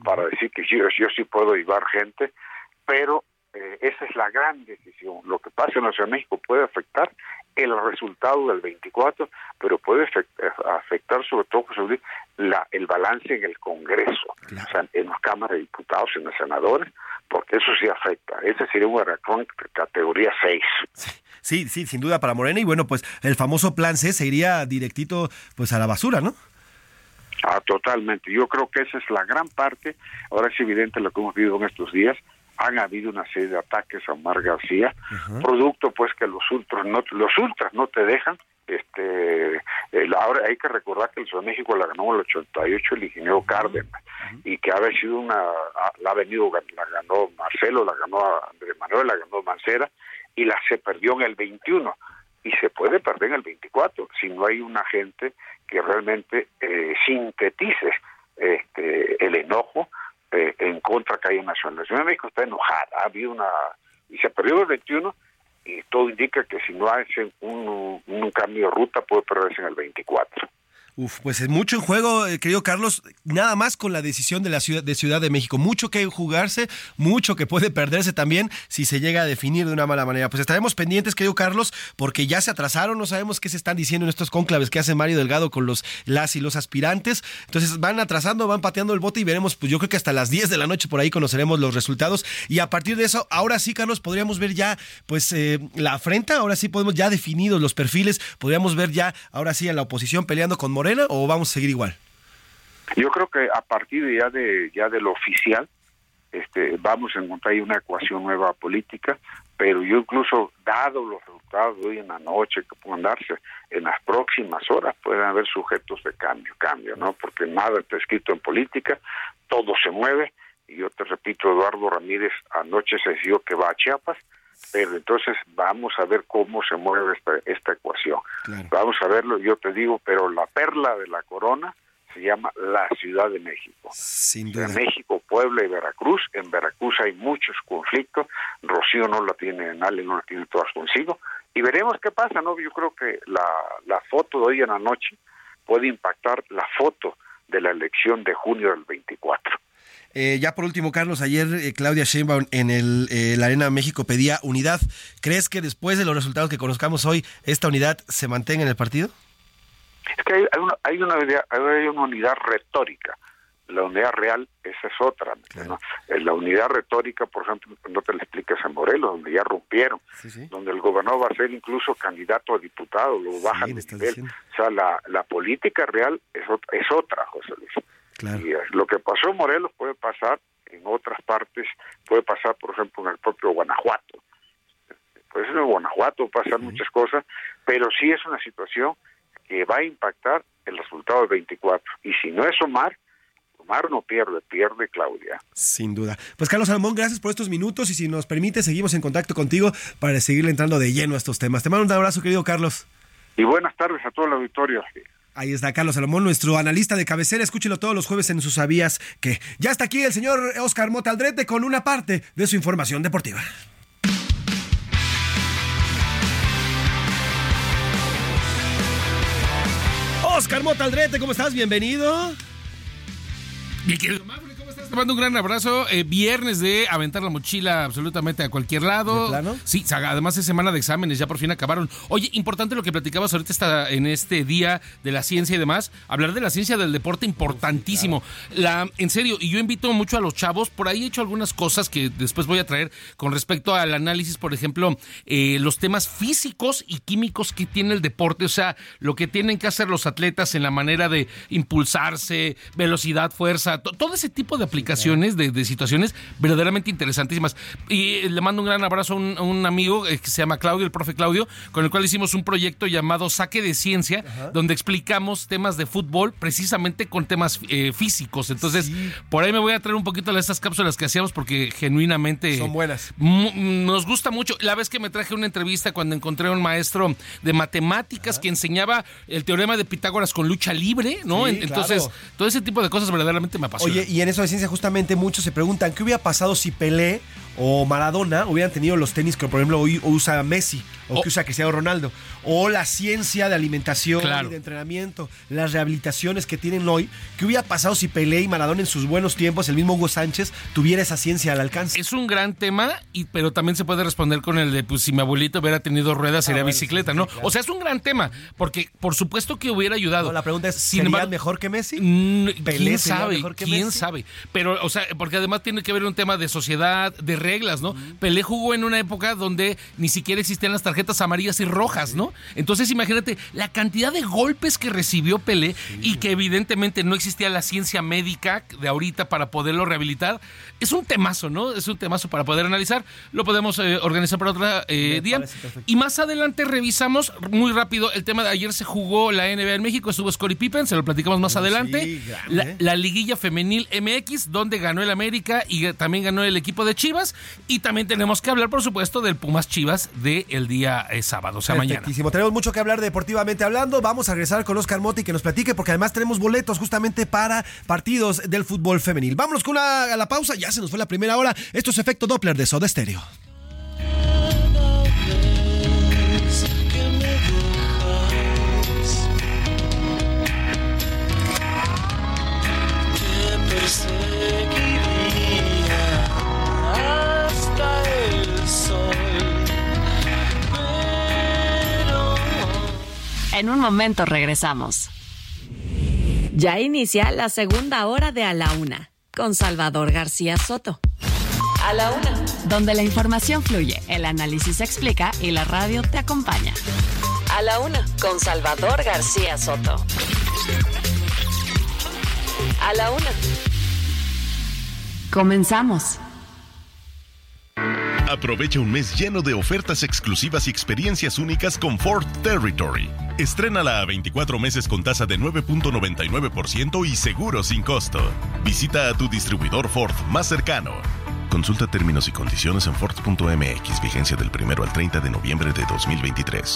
para decir que yo, yo sí puedo llevar gente, pero eh, esa es la gran decisión. Lo que pasa en la Ciudad de México puede afectar el resultado del veinticuatro, pero puede afectar sobre todo, José Luis, la, el balance en el Congreso, claro. O sea, en la Cámara de Diputados, en los senadores, porque eso sí afecta. Ese sería un reacción de categoría seis. Sí, sí, sin duda para Morena, y bueno, pues el famoso plan C se iría directito pues a la basura, ¿no? Ah, totalmente. Yo creo que esa es la gran parte. Ahora es evidente lo que hemos vivido en estos días. Han habido una serie de ataques a Omar García, uh-huh. producto pues que los ultras no los ultras no te dejan. Este, el, ahora hay que recordar que el Ciudad de México la ganó en el ochenta y ocho el ingeniero Cárdenas, uh-huh. y que había sido una, la ha venido, la ganó Marcelo, la ganó Andrés Manuel, la ganó Mancera, y la se perdió en el veintiuno, y se puede perder en el veinticuatro si no hay una gente que realmente eh, sintetice este, el enojo eh, en contra que hay en Nacional. La Ciudad de México está enojada, ha habido una, y se perdió en el veintiuno, y todo indica que si no hacen un, un cambio de ruta puede perderse en el veinticuatro. Uf, pues es mucho en juego, eh, querido Carlos, nada más con la decisión de la ciudad de Ciudad de México, mucho que jugarse, mucho que puede perderse también si se llega a definir de una mala manera. Pues estaremos pendientes, querido Carlos, porque ya se atrasaron, no sabemos qué se están diciendo en estos cónclaves que hace Mario Delgado con los las y los aspirantes, entonces van atrasando, van pateando el bote y veremos, pues yo creo que hasta las diez de la noche por ahí conoceremos los resultados, y a partir de eso, ahora sí, Carlos, podríamos ver ya, pues eh, la afrenta, ahora sí podemos ya definidos los perfiles, podríamos ver ya, ahora sí, a la oposición peleando con Morena, ¿o vamos a seguir igual? Yo creo que a partir ya de ya de lo oficial, este, vamos a encontrar ahí una ecuación nueva política, pero yo incluso, dado los resultados de hoy en la noche que puedan darse en las próximas horas, pueden haber sujetos de cambio, cambio, ¿no? Porque nada está escrito en política, todo se mueve, y yo te repito, Eduardo Ramírez anoche se decidió que va a Chiapas, pero entonces vamos a ver cómo se mueve esta, esta ecuación. Claro. Vamos a verlo, yo te digo, pero la perla de la corona se llama la Ciudad de México. Sin duda. De México, Puebla y Veracruz. En Veracruz hay muchos conflictos, Rocío no la tiene, Nale no la tiene todas consigo, y veremos qué pasa, ¿no? Yo creo que la, la foto de hoy en la noche puede impactar la foto de la elección de junio del veinticuatro. Eh, ya por último, Carlos, ayer eh, Claudia Sheinbaum en el, eh, la Arena México pedía unidad. ¿Crees que después de los resultados que conozcamos hoy, esta unidad se mantenga en el partido? Es que hay, hay, una, hay, una, hay una unidad retórica. La unidad real, esa es otra. Claro. ¿No? La unidad retórica, por ejemplo, no te la explicas en Morelos, donde ya rompieron, sí, sí. donde el gobernador va a ser incluso candidato a diputado, lo sí, bajan de nivel. Diciendo. O sea, la, la política real es otra, es otra, José Luis. Claro. Y lo que pasó en Morelos puede pasar en otras partes, puede pasar, por ejemplo, en el propio Guanajuato. Pues en Guanajuato pasan sí. muchas cosas, pero sí es una situación que va a impactar el resultado del veinticuatro. Y si no es Omar, Omar no pierde, pierde Claudia. Sin duda. Pues Carlos Salomón, gracias por estos minutos, y si nos permite, seguimos en contacto contigo para seguirle entrando de lleno a estos temas. Te mando un abrazo, querido Carlos. Y buenas tardes a todo el auditorio. Ahí está Carlos Salomón, nuestro analista de cabecera. Escúchelo todos los jueves en sus Sabías Que. Ya está aquí el señor Oscar Mota Aldrete con una parte de su información deportiva. Oscar Mota Aldrete, ¿cómo estás? Bienvenido. Mi querido Mauri, ¿cómo estás? Te mando un gran abrazo. Eh, viernes de aventar la mochila absolutamente a cualquier lado. ¿De plano? Sí, además es semana de exámenes, ya por fin acabaron. Oye, importante lo que platicabas ahorita está en este día de la ciencia y demás. Hablar de la ciencia del deporte, importantísimo. La, en serio, y yo invito mucho a los chavos. Por ahí he hecho algunas cosas que después voy a traer con respecto al análisis, por ejemplo, eh, los temas físicos y químicos que tiene el deporte. O sea, lo que tienen que hacer los atletas en la manera de impulsarse, velocidad, fuerza, to- todo ese tipo de aplicaciones, de, de situaciones verdaderamente interesantísimas. Y le mando un gran abrazo a un, a un amigo que se llama Claudio, el profe Claudio, con el cual hicimos un proyecto llamado Saque de Ciencia, Ajá. donde explicamos temas de fútbol precisamente con temas eh, físicos. Entonces, sí. por ahí me voy a traer un poquito de estas cápsulas que hacíamos porque genuinamente son buenas. M- nos gusta mucho. La vez que me traje una entrevista cuando encontré a un maestro de matemáticas Ajá. que enseñaba el teorema de Pitágoras con lucha libre, ¿no? Sí, Entonces, claro. todo ese tipo de cosas verdaderamente me apasiona. Oye, y en eso de ciencia justamente muchos se preguntan qué hubiera pasado si Pelé o Maradona hubieran tenido los tenis que, por ejemplo, hoy usa Messi o oh. que usa Cristiano Ronaldo, o la ciencia de alimentación claro. y de entrenamiento, las rehabilitaciones que tienen hoy. ¿Qué hubiera pasado si Pelé y Maradona en sus buenos tiempos, el mismo Hugo Sánchez, tuviera esa ciencia al alcance? Es un gran tema, y, pero también se puede responder con el de, pues si mi abuelito hubiera tenido ruedas sería ah, bueno, bicicleta, sí, ¿no? Sí, claro. O sea, es un gran tema, porque por supuesto que hubiera ayudado. No, la pregunta es, Sin ¿sería embargo, mejor que Messi? ¿Quién sabe? Mejor que ¿Quién Messi? sabe? Pero, o sea, porque además tiene que ver un tema de sociedad, de reglas, ¿no? Mm. Pelé jugó en una época donde ni siquiera existían las tarjetas amarillas y rojas, ¿no? Entonces imagínate la cantidad de golpes que recibió Pelé sí. y que evidentemente no existía la ciencia médica de ahorita para poderlo rehabilitar. Es un temazo, ¿no? Es un temazo para poder analizar. Lo podemos eh, organizar para otro eh, día. Y más adelante revisamos muy rápido el tema de ayer se jugó la N B A en México, estuvo Scottie Pippen, se lo platicamos más sí, adelante. Grande. La, la liguilla femenil M X, donde ganó el América y también ganó el equipo de Chivas. Y también tenemos que hablar, por supuesto, del Pumas Chivas del día eh, sábado, o sea, mañana. Tenemos mucho que hablar deportivamente hablando. Vamos a regresar con Oscar Mota y que nos platique, porque además tenemos boletos justamente para partidos del fútbol femenil. Vámonos con una, a la pausa. Ya se nos fue la primera hora. Esto es Efecto Doppler de Soda Stereo. En un momento regresamos. Ya inicia la segunda hora de A la Una, con Salvador García Soto. A la Una, donde la información fluye, el análisis se explica y la radio te acompaña. A la Una, con Salvador García Soto. A la Una. Comenzamos. Aprovecha un mes lleno de ofertas exclusivas y experiencias únicas con Ford Territory. Estrénala a veinticuatro meses con tasa de nueve punto noventa y nueve por ciento y seguro sin costo. Visita a tu distribuidor Ford más cercano. Consulta términos y condiciones en Ford punto M X. Vigencia del primero al treinta de noviembre de dos mil veintitrés.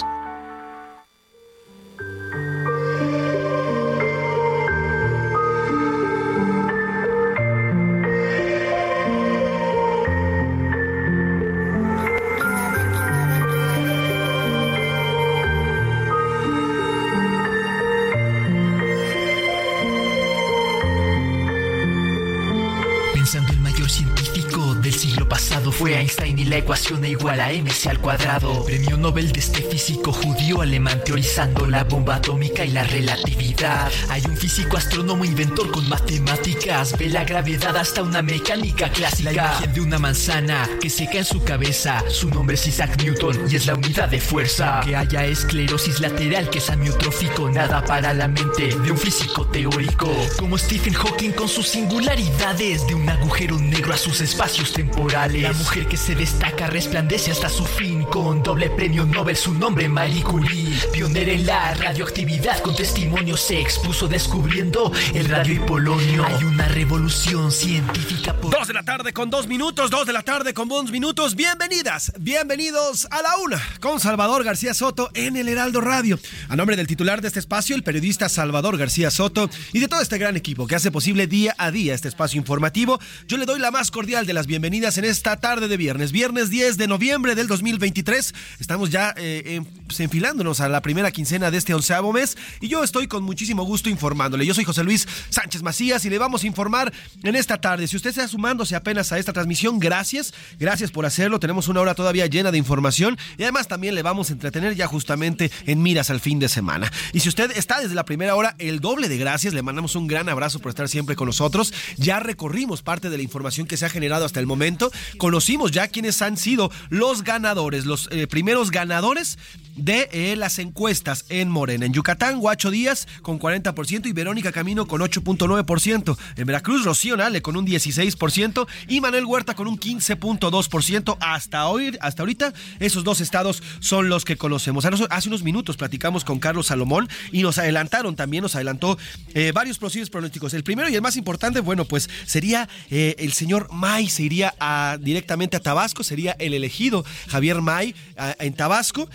Fue Einstein y la ecuación E igual a mc al cuadrado. Premio Nobel de este físico judío alemán teorizando la bomba atómica y la relatividad. Hay un físico astrónomo inventor con matemáticas, ve la gravedad hasta una mecánica clásica. La imagen de una manzana que seca en su cabeza, su nombre es Isaac Newton y es la unidad de fuerza. Que haya esclerosis lateral que es amiotrófico, nada para la mente de un físico teórico. Como Stephen Hawking con sus singularidades, de un agujero negro a sus espacios temporales. La mujer que se destaca resplandece hasta su fin, con doble premio Nobel su nombre Marie Curie. Pionera en la radioactividad con testimonio se expuso descubriendo el radio y polonio. Hay una revolución científica por... Dos de la tarde con dos minutos, dos de la tarde con dos minutos. Bienvenidas, bienvenidos a La Una con Salvador García Soto en el Heraldo Radio. A nombre del titular de este espacio, el periodista Salvador García Soto, y de todo este gran equipo que hace posible día a día este espacio informativo, yo le doy la más cordial de las bienvenidas en esta tarde de viernes, viernes diez de noviembre del dos mil veintitrés. Estamos ya eh, en, pues, enfilándonos a la primera quincena de este onceavo mes y yo estoy con muchísimo gusto informándole. Yo soy José Luis Sánchez Macías y le vamos a informar en esta tarde. Si usted está sumándose apenas a esta transmisión, gracias, gracias por hacerlo. Tenemos una hora todavía llena de información y además también le vamos a entretener ya justamente en miras al fin de semana. Y si usted está desde la primera hora, el doble de gracias. Le mandamos un gran abrazo por estar siempre con nosotros. Ya recorrimos parte de la información que se ha generado hasta el momento. Conocimos ya quiénes han sido los ganadores, los eh, primeros ganadores de eh, las encuestas en Morena. En Yucatán, Huacho Díaz con cuarenta por ciento y Verónica Camino con ocho punto nueve por ciento. En Veracruz, Rocío Nale con un dieciséis por ciento y Manuel Huerta con un quince punto dos por ciento. Hasta hoy, hasta ahorita, esos dos estados son los que conocemos. Hace unos minutos platicamos con Carlos Salomón y nos adelantaron también, nos adelantó eh, varios posibles pronósticos. El primero y el más importante, bueno, pues sería eh, el señor May, se iría a, directamente a Tabasco, sería el elegido Javier May a, en Tabasco. Y bueno,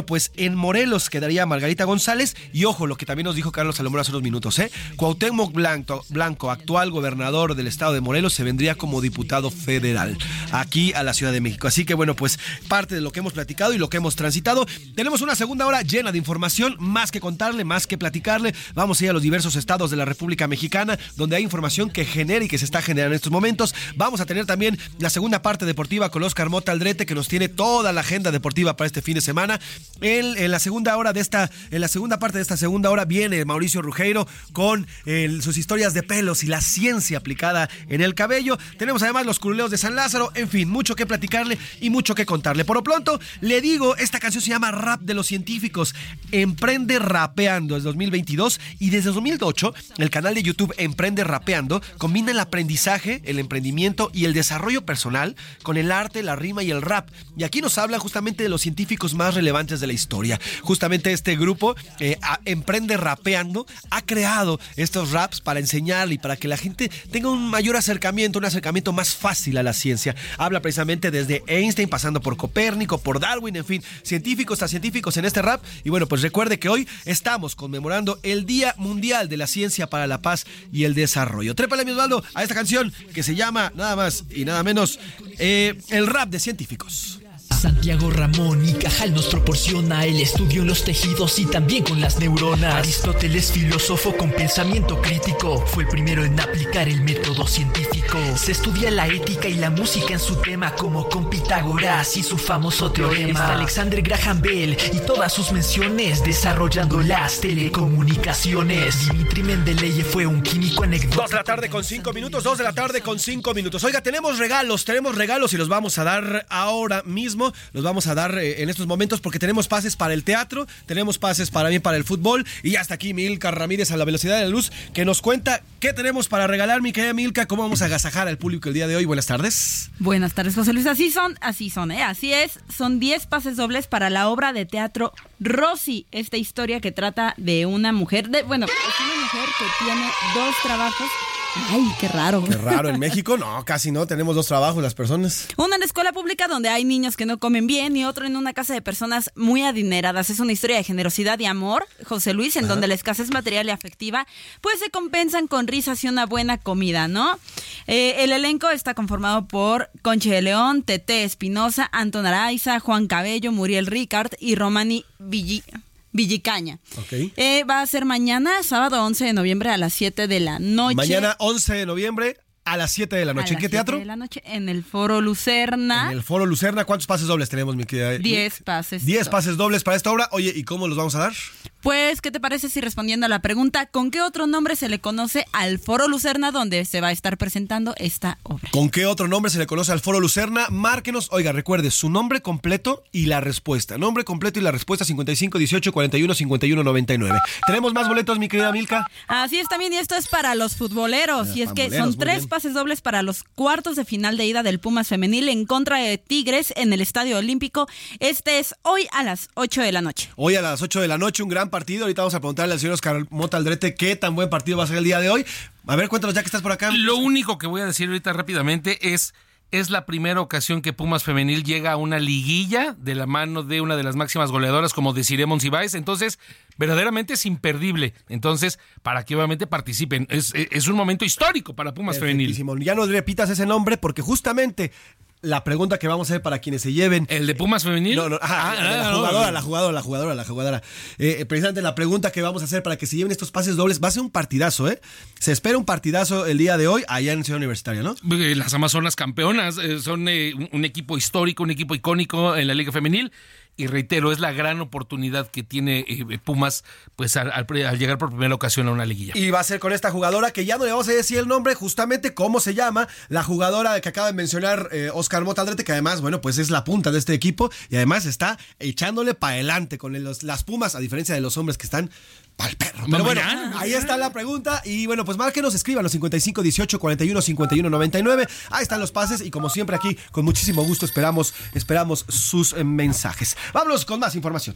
pues en Morelos quedaría Margarita González y ojo, lo que también nos dijo Carlos Salomón hace unos minutos, ¿eh? Cuauhtémoc Blanco, Blanco, actual gobernador del estado de Morelos, se vendría como diputado federal aquí a la Ciudad de México. Así que bueno, pues parte de lo que hemos platicado y lo que hemos transitado. Tenemos una segunda hora llena de información, más que contarle, más que platicarle. Vamos a ir a los diversos estados de la República Mexicana, donde hay información que genera y que se está generando en estos momentos. Vamos a tener también la segunda parte deportiva con Oscar Mota Aldrete, que nos tiene toda la agenda deportiva para este fin de semana. En, en la segunda hora de esta, en la segunda parte de esta segunda hora viene Mauricio Rugeiro con el, sus historias de pelos y la ciencia aplicada en el cabello. Tenemos además los curuleos de San Lázaro, en fin, mucho que platicarle y mucho que contarle. Por lo pronto, le digo, esta canción se llama Rap de los Científicos. Emprende Rapeando es dos mil veintidós y desde dos mil ocho el canal de YouTube Emprende Rapeando combina el aprendizaje, el emprendimiento y el desarrollo personal con el arte, la rima y el rap. Y aquí nos habla justamente de los científicos más relevantes de la historia. Justamente este grupo, eh, a, Emprende Rapeando, ha creado estos raps para enseñarle y para que la gente tenga un mayor acercamiento, un acercamiento más fácil a la ciencia. Habla precisamente desde Einstein, pasando por Copérnico, por Darwin, en fin, científicos a científicos en este rap. Y bueno, pues recuerde que hoy estamos conmemorando el Día Mundial de la Ciencia para la Paz y el Desarrollo. Trépale, mi Osvaldo, a esta canción que se llama nada más y nada menos eh, el rap de científicos. Santiago Ramón y Cajal nos proporciona el estudio en los tejidos y también con las neuronas. Aristóteles, filósofo con pensamiento crítico, fue el primero en aplicar el método científico. Se estudia la ética y la música en su tema, como con Pitágoras y su famoso teorema. Está Alexander Graham Bell y todas sus menciones, desarrollando las telecomunicaciones. Dimitri Mendeleev fue un químico anecdótico. Dos de la tarde con cinco minutos, dos de la tarde con cinco minutos. Oiga, tenemos regalos, tenemos regalos y los vamos a dar ahora mismo. Los vamos a dar eh, en estos momentos porque tenemos pases para el teatro, tenemos pases para mí para el fútbol y hasta aquí Milka Ramírez a la velocidad de la luz que nos cuenta qué tenemos para regalar, mi querida Milka, cómo vamos a agasajar al público el día de hoy. Buenas tardes. Buenas tardes, José Luis. Así son, así son, ¿eh? Así es, son diez pases dobles para la obra de teatro Rosy, esta historia que trata de una mujer, de, bueno, es una mujer que tiene dos trabajos. Ay, qué raro. Qué raro, en México no, casi no, tenemos dos trabajos las personas. Uno en la escuela pública donde hay niños que no comen bien y otro en una casa de personas muy adineradas. Es una historia de generosidad y amor, José Luis, en Ajá. donde la escasez material y afectiva pues se compensan con risas y una buena comida, ¿no? Eh, el elenco está conformado por Conche de León, Tete Espinosa, Anton Araiza, Juan Cabello, Muriel Ricard y Romani Villi... Villicaña. Okay. Eh, va a ser mañana, sábado once de noviembre a las siete de la noche. Mañana once de noviembre a las siete de la noche. ¿En qué teatro? De la noche, en el Foro Lucerna. En el Foro Lucerna. ¿Cuántos pases dobles tenemos, mi querida? Diez pases. Diez pases dobles para esta obra. Oye, ¿y cómo los vamos a dar? Pues, ¿qué te parece si respondiendo a la pregunta, ¿con qué otro nombre se le conoce al Foro Lucerna donde se va a estar presentando esta obra? ¿Con qué otro nombre se le conoce al Foro Lucerna? Márquenos, oiga, recuerde, su nombre completo y la respuesta. Nombre completo y la respuesta cincuenta y cinco dieciocho cuarenta y uno cincuenta y uno noventa y nueve. ¿Tenemos más boletos, mi querida Milka? Así es también, y esto es para los futboleros. Ya, y es que son tres bien. pases dobles para los cuartos de final de ida del Pumas femenil en contra de Tigres en el Estadio Olímpico. Este es hoy a las ocho de la noche. Hoy a las ocho de la noche, un gran partido. Ahorita vamos a preguntarle al señor Oscar Mota Aldrete qué tan buen partido va a ser el día de hoy. A ver, cuéntanos ya que estás por acá. Lo único que voy a decir ahorita rápidamente es... Es la primera ocasión que Pumas Femenil llega a una liguilla de la mano de una de las máximas goleadoras como Desiree Monsiváis. Entonces, verdaderamente es imperdible. Entonces, para que obviamente participen. Es, es un momento histórico para Pumas Femenil. Ya no repitas ese nombre porque justamente... La pregunta que vamos a hacer para quienes se lleven... ¿El de Pumas Femenil? No, no, ajá, ah, la, no, jugadora, no. la jugadora, la jugadora, la jugadora. Eh, precisamente la pregunta que vamos a hacer para que se lleven estos pases dobles va a ser un partidazo, ¿eh? Se espera un partidazo el día de hoy allá en Ciudad Universitaria, ¿no? Las Amazonas campeonas eh, son eh, un equipo histórico, un equipo icónico en la Liga Femenil. Y reitero, es la gran oportunidad que tiene eh, Pumas pues al, al, al llegar por primera ocasión a una liguilla. Y va a ser con esta jugadora que ya no le vamos a decir el nombre, justamente cómo se llama, la jugadora que acaba de mencionar eh, Oscar Mota Aldrete, que además, bueno, pues es la punta de este equipo y además está echándole para adelante con el, los, las Pumas, a diferencia de los hombres que están pa'l perro. Pero bueno, ahí está la pregunta y bueno, pues márquenos, escriban los cincuenta y cinco dieciocho cuarenta y uno cincuenta y uno noventa y nueve. Ahí están los pases y como siempre aquí, con muchísimo gusto esperamos, esperamos sus eh, mensajes. Vámonos con más información.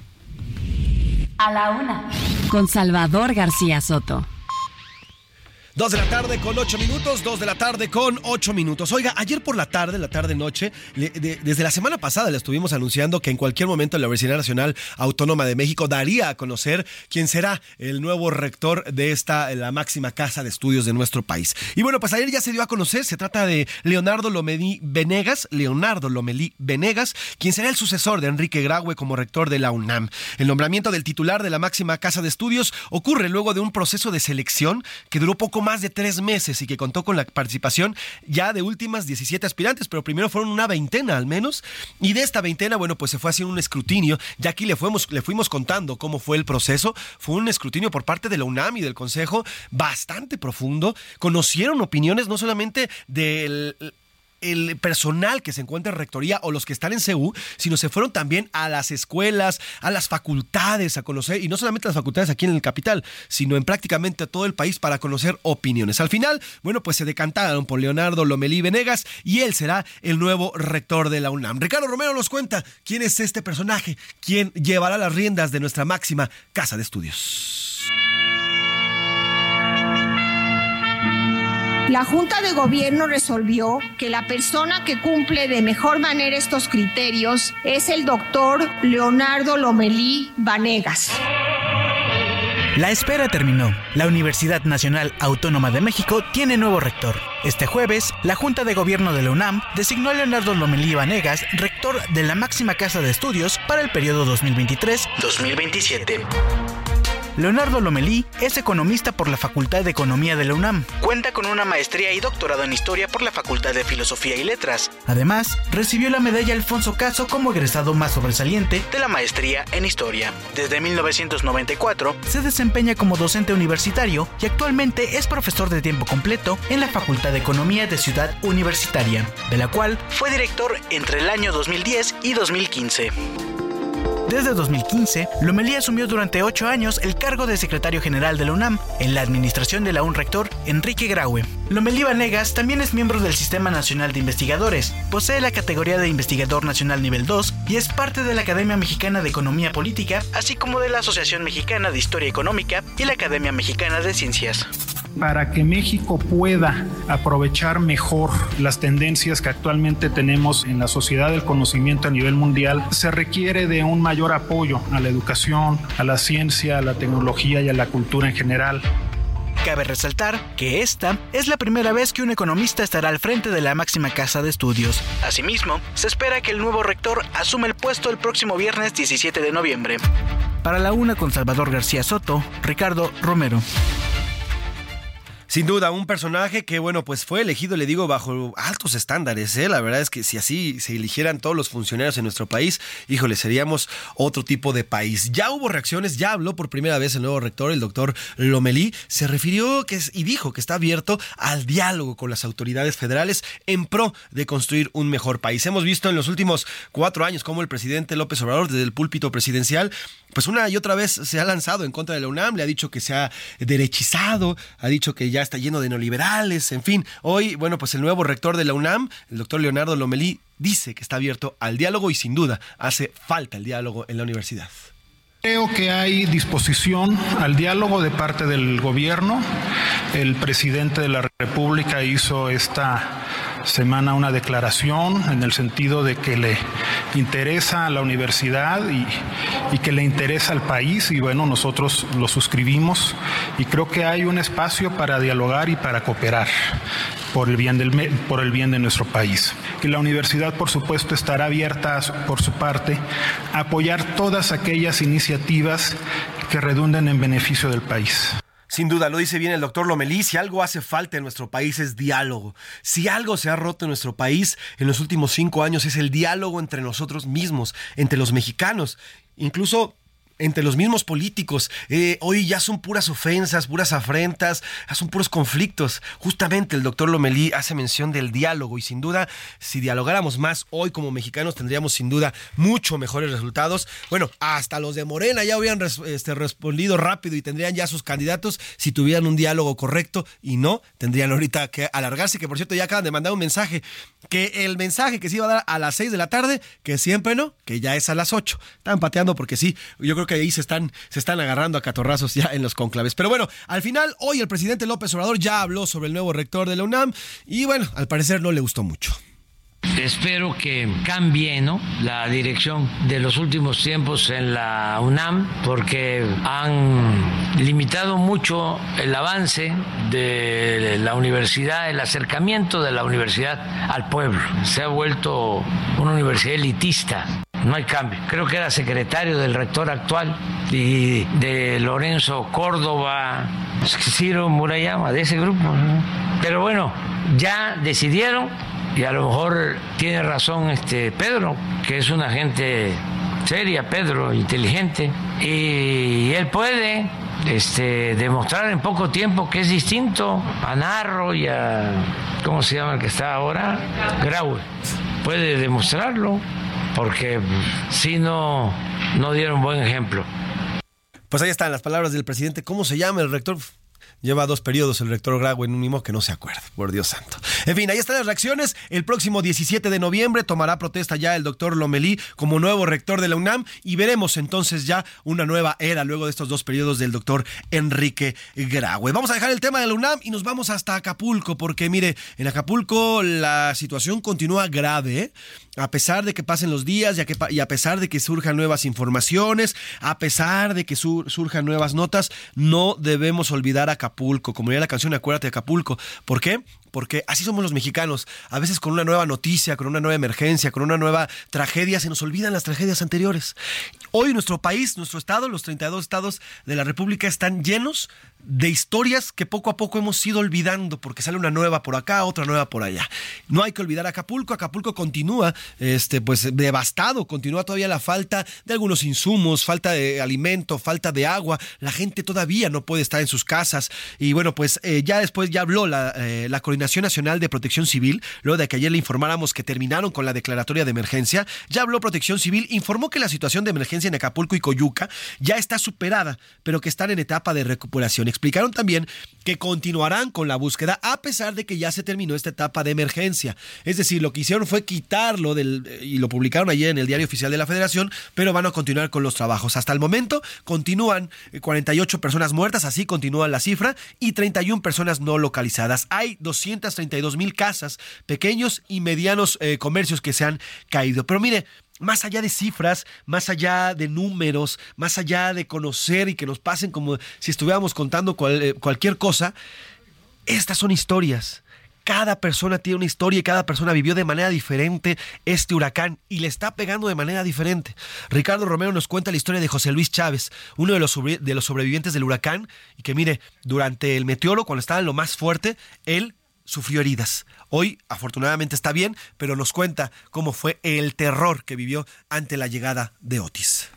A la una. Con Salvador García Soto. Dos de la tarde con ocho minutos, dos de la tarde con ocho minutos. Oiga, ayer por la tarde, la tarde-noche, de, desde la semana pasada le estuvimos anunciando que en cualquier momento la Universidad Nacional Autónoma de México daría a conocer quién será el nuevo rector de esta, la máxima casa de estudios de nuestro país. Y bueno, pues ayer ya se dio a conocer, se trata de Leonardo Lomelí Venegas, Leonardo Lomelí Venegas, quien será el sucesor de Enrique Graue como rector de la UNAM. El nombramiento del titular de la máxima casa de estudios ocurre luego de un proceso de selección que duró poco más de tres meses y que contó con la participación ya de últimas diecisiete aspirantes, pero primero fueron una veintena al menos, y de esta veintena, bueno, pues se fue haciendo un escrutinio, ya aquí le fuimos, le fuimos contando cómo fue el proceso. Fue un escrutinio por parte de la UNAM y del Consejo bastante profundo. Conocieron opiniones no solamente del el personal que se encuentra en rectoría o los que están en C U, sino se fueron también a las escuelas, a las facultades a conocer, y no solamente las facultades aquí en el capital, sino en prácticamente todo el país para conocer opiniones. Al final, bueno, pues se decantaron por Leonardo Lomelí Venegas y él será el nuevo rector de la UNAM. Ricardo Romero nos cuenta quién es este personaje, quién llevará las riendas de nuestra máxima casa de estudios. La Junta de Gobierno resolvió que la persona que cumple de mejor manera estos criterios es el doctor Leonardo Lomelí Venegas. La espera terminó. La Universidad Nacional Autónoma de México tiene nuevo rector. Este jueves, la Junta de Gobierno de la UNAM designó a Leonardo Lomelí Venegas rector de la máxima casa de estudios para el periodo dos mil veintitrés a dos mil veintisiete. Leonardo Lomelí es economista por la Facultad de Economía de la UNAM. Cuenta con una maestría y doctorado en Historia por la Facultad de Filosofía y Letras. Además, recibió la medalla Alfonso Caso como egresado más sobresaliente de la maestría en Historia. Desde mil novecientos noventa y cuatro se desempeña como docente universitario y actualmente es profesor de tiempo completo en la Facultad de Economía de Ciudad Universitaria, de la cual fue director entre el año dos mil diez y dos mil quince. Desde dos mil quince, Lomelí asumió durante ocho años el cargo de secretario general de la UNAM en la administración del aún rector Enrique Graue. Lomelí Venegas también es miembro del Sistema Nacional de Investigadores, posee la categoría de Investigador Nacional Nivel dos y es parte de la Academia Mexicana de Economía Política, así como de la Asociación Mexicana de Historia Económica y la Academia Mexicana de Ciencias. Para que México pueda aprovechar mejor las tendencias que actualmente tenemos en la sociedad del conocimiento a nivel mundial, se requiere de un mayor apoyo a la educación, a la ciencia, a la tecnología y a la cultura en general. Cabe resaltar que esta es la primera vez que un economista estará al frente de la máxima casa de estudios. Asimismo, se espera que el nuevo rector asuma el puesto el próximo viernes diecisiete de noviembre. Para la Una con Salvador García Soto, Ricardo Romero. Sin duda, un personaje que, bueno, pues fue elegido, le digo, bajo altos estándares, ¿eh? La verdad es que si así se eligieran todos los funcionarios en nuestro país, híjole, seríamos otro tipo de país. Ya hubo reacciones, ya habló por primera vez el nuevo rector, el doctor Lomelí, se refirió que es, y dijo que está abierto al diálogo con las autoridades federales en pro de construir un mejor país. Hemos visto en los últimos cuatro años cómo el presidente López Obrador, desde el púlpito presidencial, pues una y otra vez se ha lanzado en contra de la UNAM, le ha dicho que se ha derechizado, ha dicho que ya está lleno de neoliberales, en fin. Hoy, bueno, pues el nuevo rector de la UNAM, el doctor Leonardo Lomelí, dice que está abierto al diálogo y sin duda hace falta el diálogo en la universidad. Creo que hay disposición al diálogo de parte del gobierno. El presidente de la República hizo esta semana una declaración en el sentido de que le interesa a la universidad y, y que le interesa al país, y bueno, nosotros lo suscribimos y creo que hay un espacio para dialogar y para cooperar por el bien del, por el bien de nuestro país. Y la universidad, por supuesto, estará abierta por su parte a apoyar todas aquellas iniciativas que redunden en beneficio del país. Sin duda, lo dice bien el doctor Lomelí, si algo hace falta en nuestro país es diálogo. Si algo se ha roto en nuestro país en los últimos cinco años es el diálogo entre nosotros mismos, entre los mexicanos, incluso entre los mismos políticos. Eh, hoy ya son puras ofensas, puras afrentas, ya son puros conflictos. Justamente el doctor Lomelí hace mención del diálogo y sin duda, si dialogáramos más hoy como mexicanos, tendríamos sin duda mucho mejores resultados. Bueno, hasta los de Morena ya hubieran res, este, respondido rápido y tendrían ya sus candidatos si tuvieran un diálogo correcto, y no, tendrían ahorita que alargarse, que por cierto ya acaban de mandar un mensaje, que el mensaje que se iba a dar a las seis de la tarde, que siempre no, que ya es a las ocho. Están pateando porque sí, yo creo creo que ahí se están, se están agarrando a catorrazos ya en los cónclaves. Pero bueno, al final, hoy el presidente López Obrador ya habló sobre el nuevo rector de la UNAM y bueno, al parecer no le gustó mucho. Espero que cambie, ¿no?, la dirección de los últimos tiempos en la UNAM, porque han limitado mucho el avance de la universidad, el acercamiento de la universidad al pueblo. Se ha vuelto una universidad elitista. No hay cambio. Creo que era secretario del rector actual y de Lorenzo Córdoba, Ciro Murayama, de ese grupo, ¿no? Pero bueno, ya decidieron. Y a lo mejor tiene razón este Pedro, que es una gente seria, Pedro, inteligente, y él puede este, demostrar en poco tiempo que es distinto a Narro y a, ¿cómo se llama el que está ahora? Graue. Puede demostrarlo, porque si no, no dieron buen ejemplo. Pues ahí están las palabras del presidente. ¿Cómo se llama el rector? Lleva dos periodos el rector Graue en un mismo que no se acuerda, por Dios santo. En fin, ahí están las reacciones. El próximo diecisiete de noviembre tomará protesta ya el doctor Lomelí como nuevo rector de la UNAM y veremos entonces ya una nueva era luego de estos dos periodos del doctor Enrique Graue. Vamos a dejar el tema de la UNAM y nos vamos hasta Acapulco, porque mire, en Acapulco la situación continúa grave, ¿eh? A pesar de que pasen los días y a, que, y a pesar de que surjan nuevas informaciones, a pesar de que sur, surjan nuevas notas, no debemos olvidar Acapulco. Como diría la canción, acuérdate de Acapulco. ¿Por qué? Porque así somos los mexicanos. A veces con una nueva noticia, con una nueva emergencia, con una nueva tragedia, se nos olvidan las tragedias anteriores. Hoy nuestro país, nuestro estado, los treinta y dos estados de la República están llenos de historias que poco a poco hemos ido olvidando, porque sale una nueva por acá, otra nueva por allá. No hay que olvidar Acapulco. Acapulco continúa este, pues, devastado, continúa todavía la falta de algunos insumos, falta de alimento, falta de agua. La gente todavía no puede estar en sus casas. Y bueno, pues eh, ya después ya habló la, eh, la Coordinación Nacional de Protección Civil, luego de que ayer le informáramos que terminaron con la declaratoria de emergencia. Ya habló Protección Civil, informó que la situación de emergencia en Acapulco y Coyuca ya está superada, pero que están en etapa de recuperación. Explicaron también que continuarán con la búsqueda a pesar de que ya se terminó esta etapa de emergencia. Es decir, lo que hicieron fue quitarlo del, y lo publicaron ayer en el Diario Oficial de la Federación, pero van a continuar con los trabajos. Hasta el momento continúan cuarenta y ocho personas muertas, así continúa la cifra, y treinta y una personas no localizadas. Hay doscientas treinta y dos mil casas, pequeños y medianos eh, comercios que se han caído. Pero mire, más allá de cifras, más allá de números, más allá de conocer y que nos pasen como si estuviéramos contando cual, eh, cualquier cosa, estas son historias. Cada persona tiene una historia y cada persona vivió de manera diferente este huracán y le está pegando de manera diferente. Ricardo Romero nos cuenta la historia de José Luis Chávez, uno de los, sobre, de los sobrevivientes del huracán, y que mire, durante el meteoro, cuando estaba en lo más fuerte, él sufrió heridas. Hoy, afortunadamente, está bien, pero nos cuenta cómo fue el terror que vivió ante la llegada de Otis.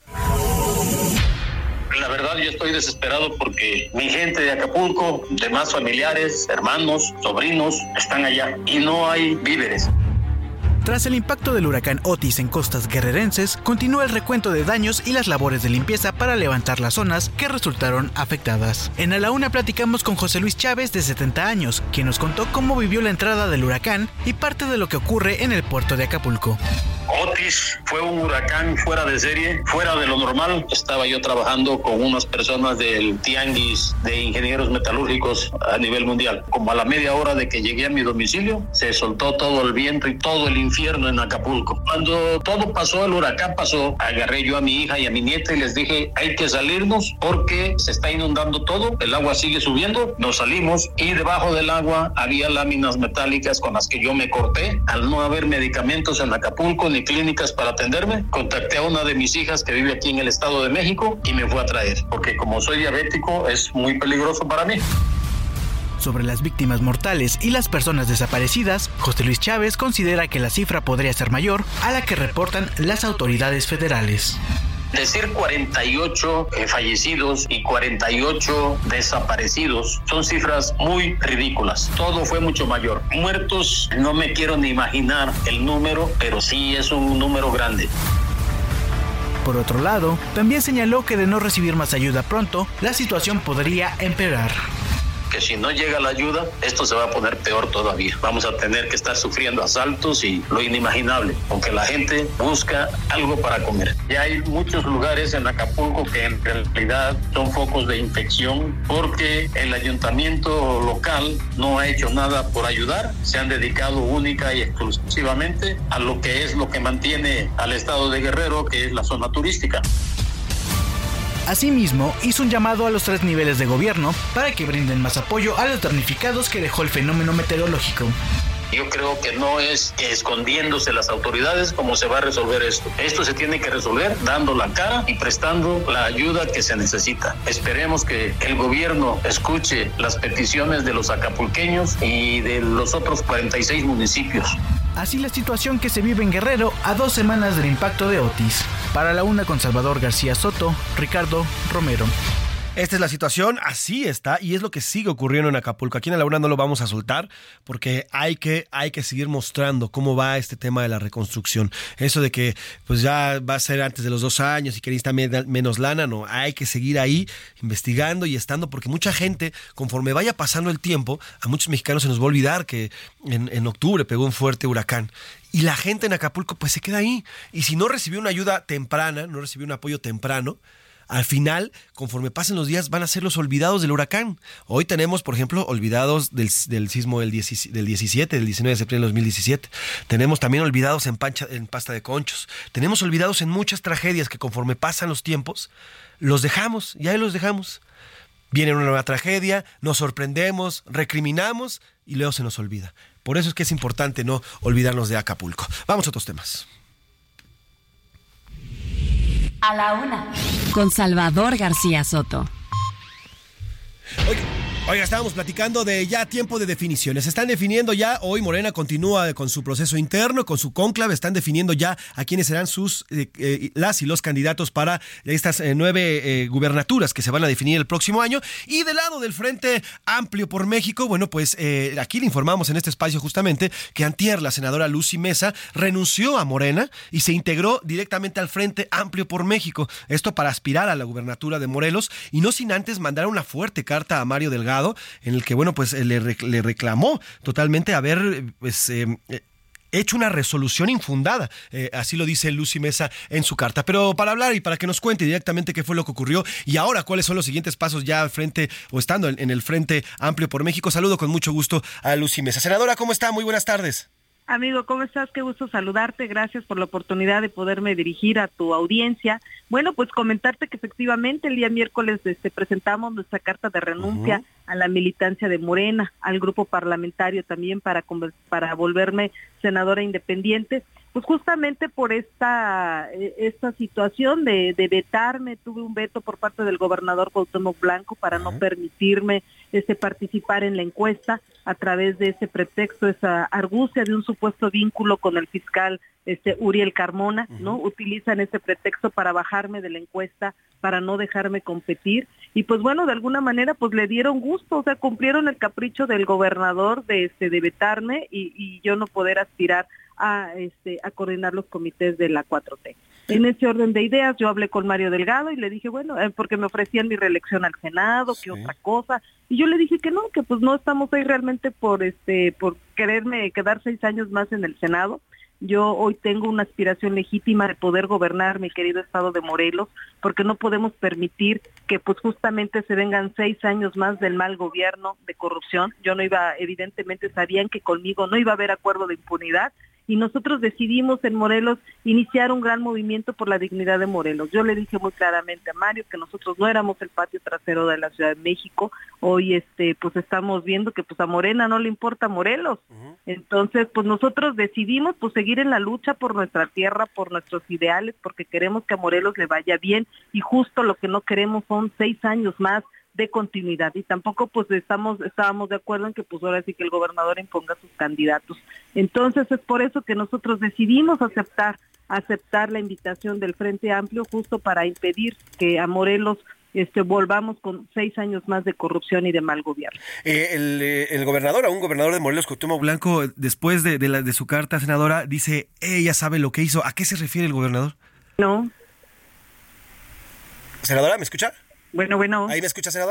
La verdad, yo estoy desesperado porque mi gente de Acapulco, demás familiares, hermanos, sobrinos, están allá y no hay víveres. Tras el impacto del huracán Otis en costas guerrerenses, continúa el recuento de daños y las labores de limpieza para levantar las zonas que resultaron afectadas. En A la Una platicamos con José Luis Chávez, de setenta años, quien nos contó cómo vivió la entrada del huracán y parte de lo que ocurre en el puerto de Acapulco. Otis fue un huracán fuera de serie, fuera de lo normal. Estaba yo trabajando con unas personas del Tianguis de Ingenieros Metalúrgicos a nivel mundial. Como a la media hora de que llegué a mi domicilio, se soltó todo el viento y todo el infierno en Acapulco. Cuando todo pasó, el huracán pasó, agarré yo a mi hija y a mi nieta y les dije, hay que salirnos porque se está inundando todo, el agua sigue subiendo. Nos salimos y debajo del agua había láminas metálicas con las que yo me corté. Al no haber medicamentos en Acapulco ni clínicas para atenderme, contacté a una de mis hijas que vive aquí en el Estado de México y me fue a traer, porque como soy diabético es muy peligroso para mí. Sobre las víctimas mortales y las personas desaparecidas, José Luis Chávez considera que la cifra podría ser mayor a la que reportan las autoridades federales. Decir cuarenta y ocho eh, fallecidos y cuarenta y ocho desaparecidos son cifras muy ridículas. Todo fue mucho mayor. Muertos, no me quiero ni imaginar el número, pero sí es un número grande. Por otro lado, también señaló que de no recibir más ayuda pronto, la situación podría empeorar. que si no llega la ayuda, esto se va a poner peor todavía. Vamos a tener que estar sufriendo asaltos y lo inimaginable, aunque la gente busca algo para comer. Ya hay muchos lugares en Acapulco que en realidad son focos de infección porque el ayuntamiento local no ha hecho nada por ayudar, se han dedicado única y exclusivamente a lo que es lo que mantiene al estado de Guerrero, que es la zona turística. Asimismo, hizo un llamado a los tres niveles de gobierno para que brinden más apoyo a los damnificados que dejó el fenómeno meteorológico. Yo creo que no es escondiéndose las autoridades cómo se va a resolver esto. Esto se tiene que resolver dando la cara y prestando la ayuda que se necesita. Esperemos que el gobierno escuche las peticiones de los acapulqueños y de los otros cuarenta y seis municipios. Así la situación que se vive en Guerrero a dos semanas del impacto de Otis. Para la una con Salvador García Soto, Ricardo Romero. Esta es la situación, así está, y es lo que sigue ocurriendo en Acapulco. Aquí en La Una no lo vamos a soltar porque hay que, hay que seguir mostrando cómo va este tema de la reconstrucción. Eso de que pues ya va a ser antes de los dos años y que necesita menos lana, no, hay que seguir ahí investigando y estando, porque mucha gente, conforme vaya pasando el tiempo, a muchos mexicanos se nos va a olvidar que en, en octubre pegó un fuerte huracán. Y la gente en Acapulco pues se queda ahí. Y si no recibió una ayuda temprana, no recibió un apoyo temprano, al final, conforme pasen los días, van a ser los olvidados del huracán. Hoy tenemos, por ejemplo, olvidados del, del sismo del, diecisiete, del diecisiete, del diecinueve de septiembre del dos mil diecisiete. Tenemos también olvidados en, pancha, en pasta de conchos. Tenemos olvidados en muchas tragedias que conforme pasan los tiempos, los dejamos, ya los dejamos. Viene una nueva tragedia, nos sorprendemos, recriminamos y luego se nos olvida. Por eso es que es importante no olvidarnos de Acapulco. Vamos a otros temas. A la una, con Salvador García Soto. Oiga, oiga, estábamos platicando de ya tiempo de definiciones. Están definiendo ya, hoy Morena continúa con su proceso interno, con su cónclave, están definiendo ya a quiénes serán sus eh, eh, las y los candidatos para estas eh, nueve eh, gubernaturas que se van a definir el próximo año. Y del lado del Frente Amplio por México, bueno, pues eh, aquí le informamos en este espacio justamente que antier la senadora Lucy Mesa renunció a Morena y se integró directamente al Frente Amplio por México. Esto para aspirar a la gubernatura de Morelos y no sin antes mandar una fuerte carta a Mario Delgado, en el que, bueno, pues le, le reclamó totalmente haber pues, eh, hecho una resolución infundada. Eh, así lo dice Lucy Mesa en su carta. Pero para hablar y para que nos cuente directamente qué fue lo que ocurrió y ahora cuáles son los siguientes pasos ya al frente o estando en, en el Frente Amplio por México, saludo con mucho gusto a Lucy Mesa. Senadora, ¿cómo está? Muy buenas tardes. Amigo, ¿cómo estás? Qué gusto saludarte. Gracias por la oportunidad de poderme dirigir a tu audiencia. Bueno, pues comentarte que efectivamente el día miércoles este, presentamos nuestra carta de renuncia uh-huh. a la militancia de Morena, al grupo parlamentario también para, para volverme senadora independiente. Pues justamente por esta esta situación de, de vetarme, tuve un veto por parte del gobernador Cuauhtémoc Blanco para uh-huh. no permitirme este participar en la encuesta a través de ese pretexto, esa argucia de un supuesto vínculo con el fiscal este Uriel Carmona, uh-huh. ¿no? Utilizan ese pretexto para bajarme de la encuesta, para no dejarme competir y pues bueno, de alguna manera pues le dieron gusto, o sea, cumplieron el capricho del gobernador de este de vetarme y, y yo no poder aspirar a este a coordinar los comités de la cuatro T. En ese orden de ideas yo hablé con Mario Delgado y le dije, bueno, eh, porque me ofrecían mi reelección al Senado, sí. que otra cosa, y yo le dije que no, que pues no estamos ahí realmente por este por quererme quedar seis años más en el Senado. Yo hoy tengo una aspiración legítima de poder gobernar mi querido estado de Morelos, porque no podemos permitir que pues justamente se vengan seis años más del mal gobierno, de corrupción. Yo no iba, evidentemente sabían que conmigo no iba a haber acuerdo de impunidad, y nosotros decidimos en Morelos iniciar un gran movimiento por la dignidad de Morelos. Yo le dije muy claramente a Mario que nosotros no éramos el patio trasero de la Ciudad de México. Hoy este pues estamos viendo que pues a Morena no le importa Morelos. Uh-huh. Entonces, pues nosotros decidimos pues seguir en la lucha por nuestra tierra, por nuestros ideales, porque queremos que a Morelos le vaya bien, y justo lo que no queremos son seis años más de continuidad, y tampoco pues estamos estábamos de acuerdo en que pues ahora sí que el gobernador imponga sus candidatos. Entonces es por eso que nosotros decidimos aceptar aceptar la invitación del Frente Amplio, justo para impedir que a Morelos este volvamos con seis años más de corrupción y de mal gobierno. Eh, el, el gobernador, a un gobernador de Morelos, Cuauhtémoc Blanco, después de, de, la, de su carta, senadora, dice, ella sabe lo que hizo. ¿A qué se refiere el gobernador? No. Senadora, ¿me escucha? Bueno, bueno. ¿Ahí me escucha, senadora?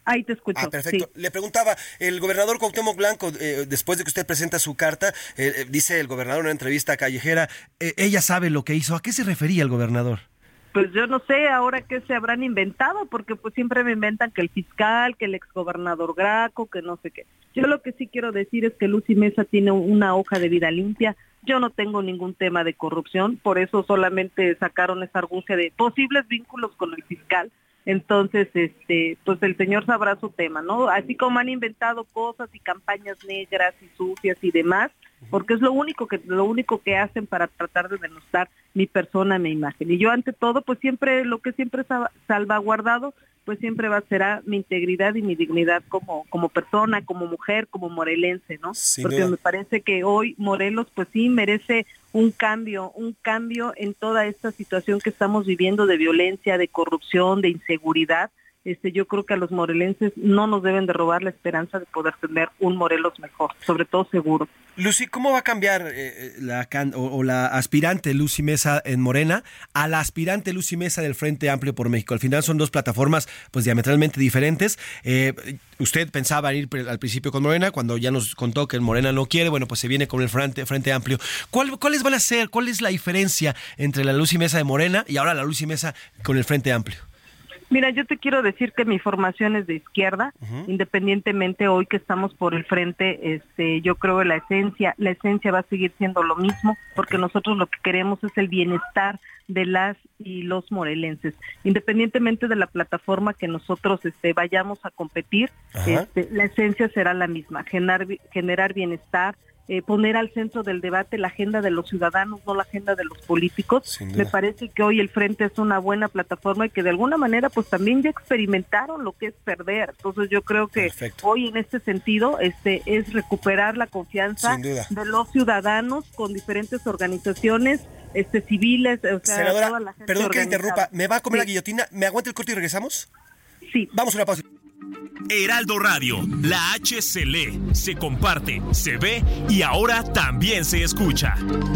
Ahí te escucho. Ah, perfecto. Sí. Le preguntaba, el gobernador Cuauhtémoc Blanco, eh, después de que usted presenta su carta, eh, dice el gobernador en una entrevista callejera, eh, ella sabe lo que hizo. ¿A qué se refería el gobernador? Pues yo no sé ahora qué se habrán inventado, porque pues siempre me inventan que el fiscal, que el exgobernador Graco, que no sé qué. Yo lo que sí quiero decir es que Lucy Mesa tiene una hoja de vida limpia. Yo no tengo ningún tema de corrupción, por eso solamente sacaron esa argucia de posibles vínculos con el fiscal. Entonces, este, pues el señor sabrá su tema, ¿no? Así como han inventado cosas y campañas negras y sucias y demás, porque es lo único que lo único que hacen para tratar de denostar mi persona, mi imagen. Y yo ante todo, pues siempre lo que siempre he salvaguardado, pues siempre va a ser mi integridad y mi dignidad como como persona, como mujer, como morelense, ¿no? Sin Porque duda. Me parece que hoy Morelos, pues sí merece un cambio, un cambio en toda esta situación que estamos viviendo de violencia, de corrupción, de inseguridad. Este, yo creo que a los morelenses no nos deben de robar la esperanza de poder tener un Morelos mejor, sobre todo seguro. Lucy, ¿cómo va a cambiar eh, la can o, o la aspirante Lucy Mesa en Morena a la aspirante Lucy Mesa del Frente Amplio por México? Al final son dos plataformas pues diametralmente diferentes. Eh, usted pensaba ir al principio con Morena, cuando ya nos contó que el Morena no quiere, bueno, pues se viene con el Frente, Frente Amplio. ¿Cuál, ¿Cuáles van a ser? ¿Cuál es la diferencia entre la Lucy Mesa de Morena y ahora la Lucy Mesa con el Frente Amplio? Mira, yo te quiero decir que mi formación es de izquierda, uh-huh. Independientemente hoy que estamos por el frente, este, yo creo que la esencia, la esencia va a seguir siendo lo mismo, porque okay. Nosotros lo que queremos es el bienestar de las y los morelenses, independientemente de la plataforma que nosotros este, vayamos a competir, este, la esencia será la misma, generar, generar bienestar. Eh, poner al centro del debate la agenda de los ciudadanos, no la agenda de los políticos. Me parece que hoy el Frente es una buena plataforma y que de alguna manera pues también ya experimentaron lo que es perder. Entonces yo creo que Perfecto. Hoy en este sentido este es recuperar la confianza de los ciudadanos con diferentes organizaciones este civiles. O sea, Senadora, toda la gente perdón que organizada. interrumpa, ¿me va a comer sí. la guillotina? ¿Me aguanta el corte y regresamos? Sí. Vamos a una pausa. Heraldo Radio, la H se lee, se comparte, se ve y ahora también se escucha.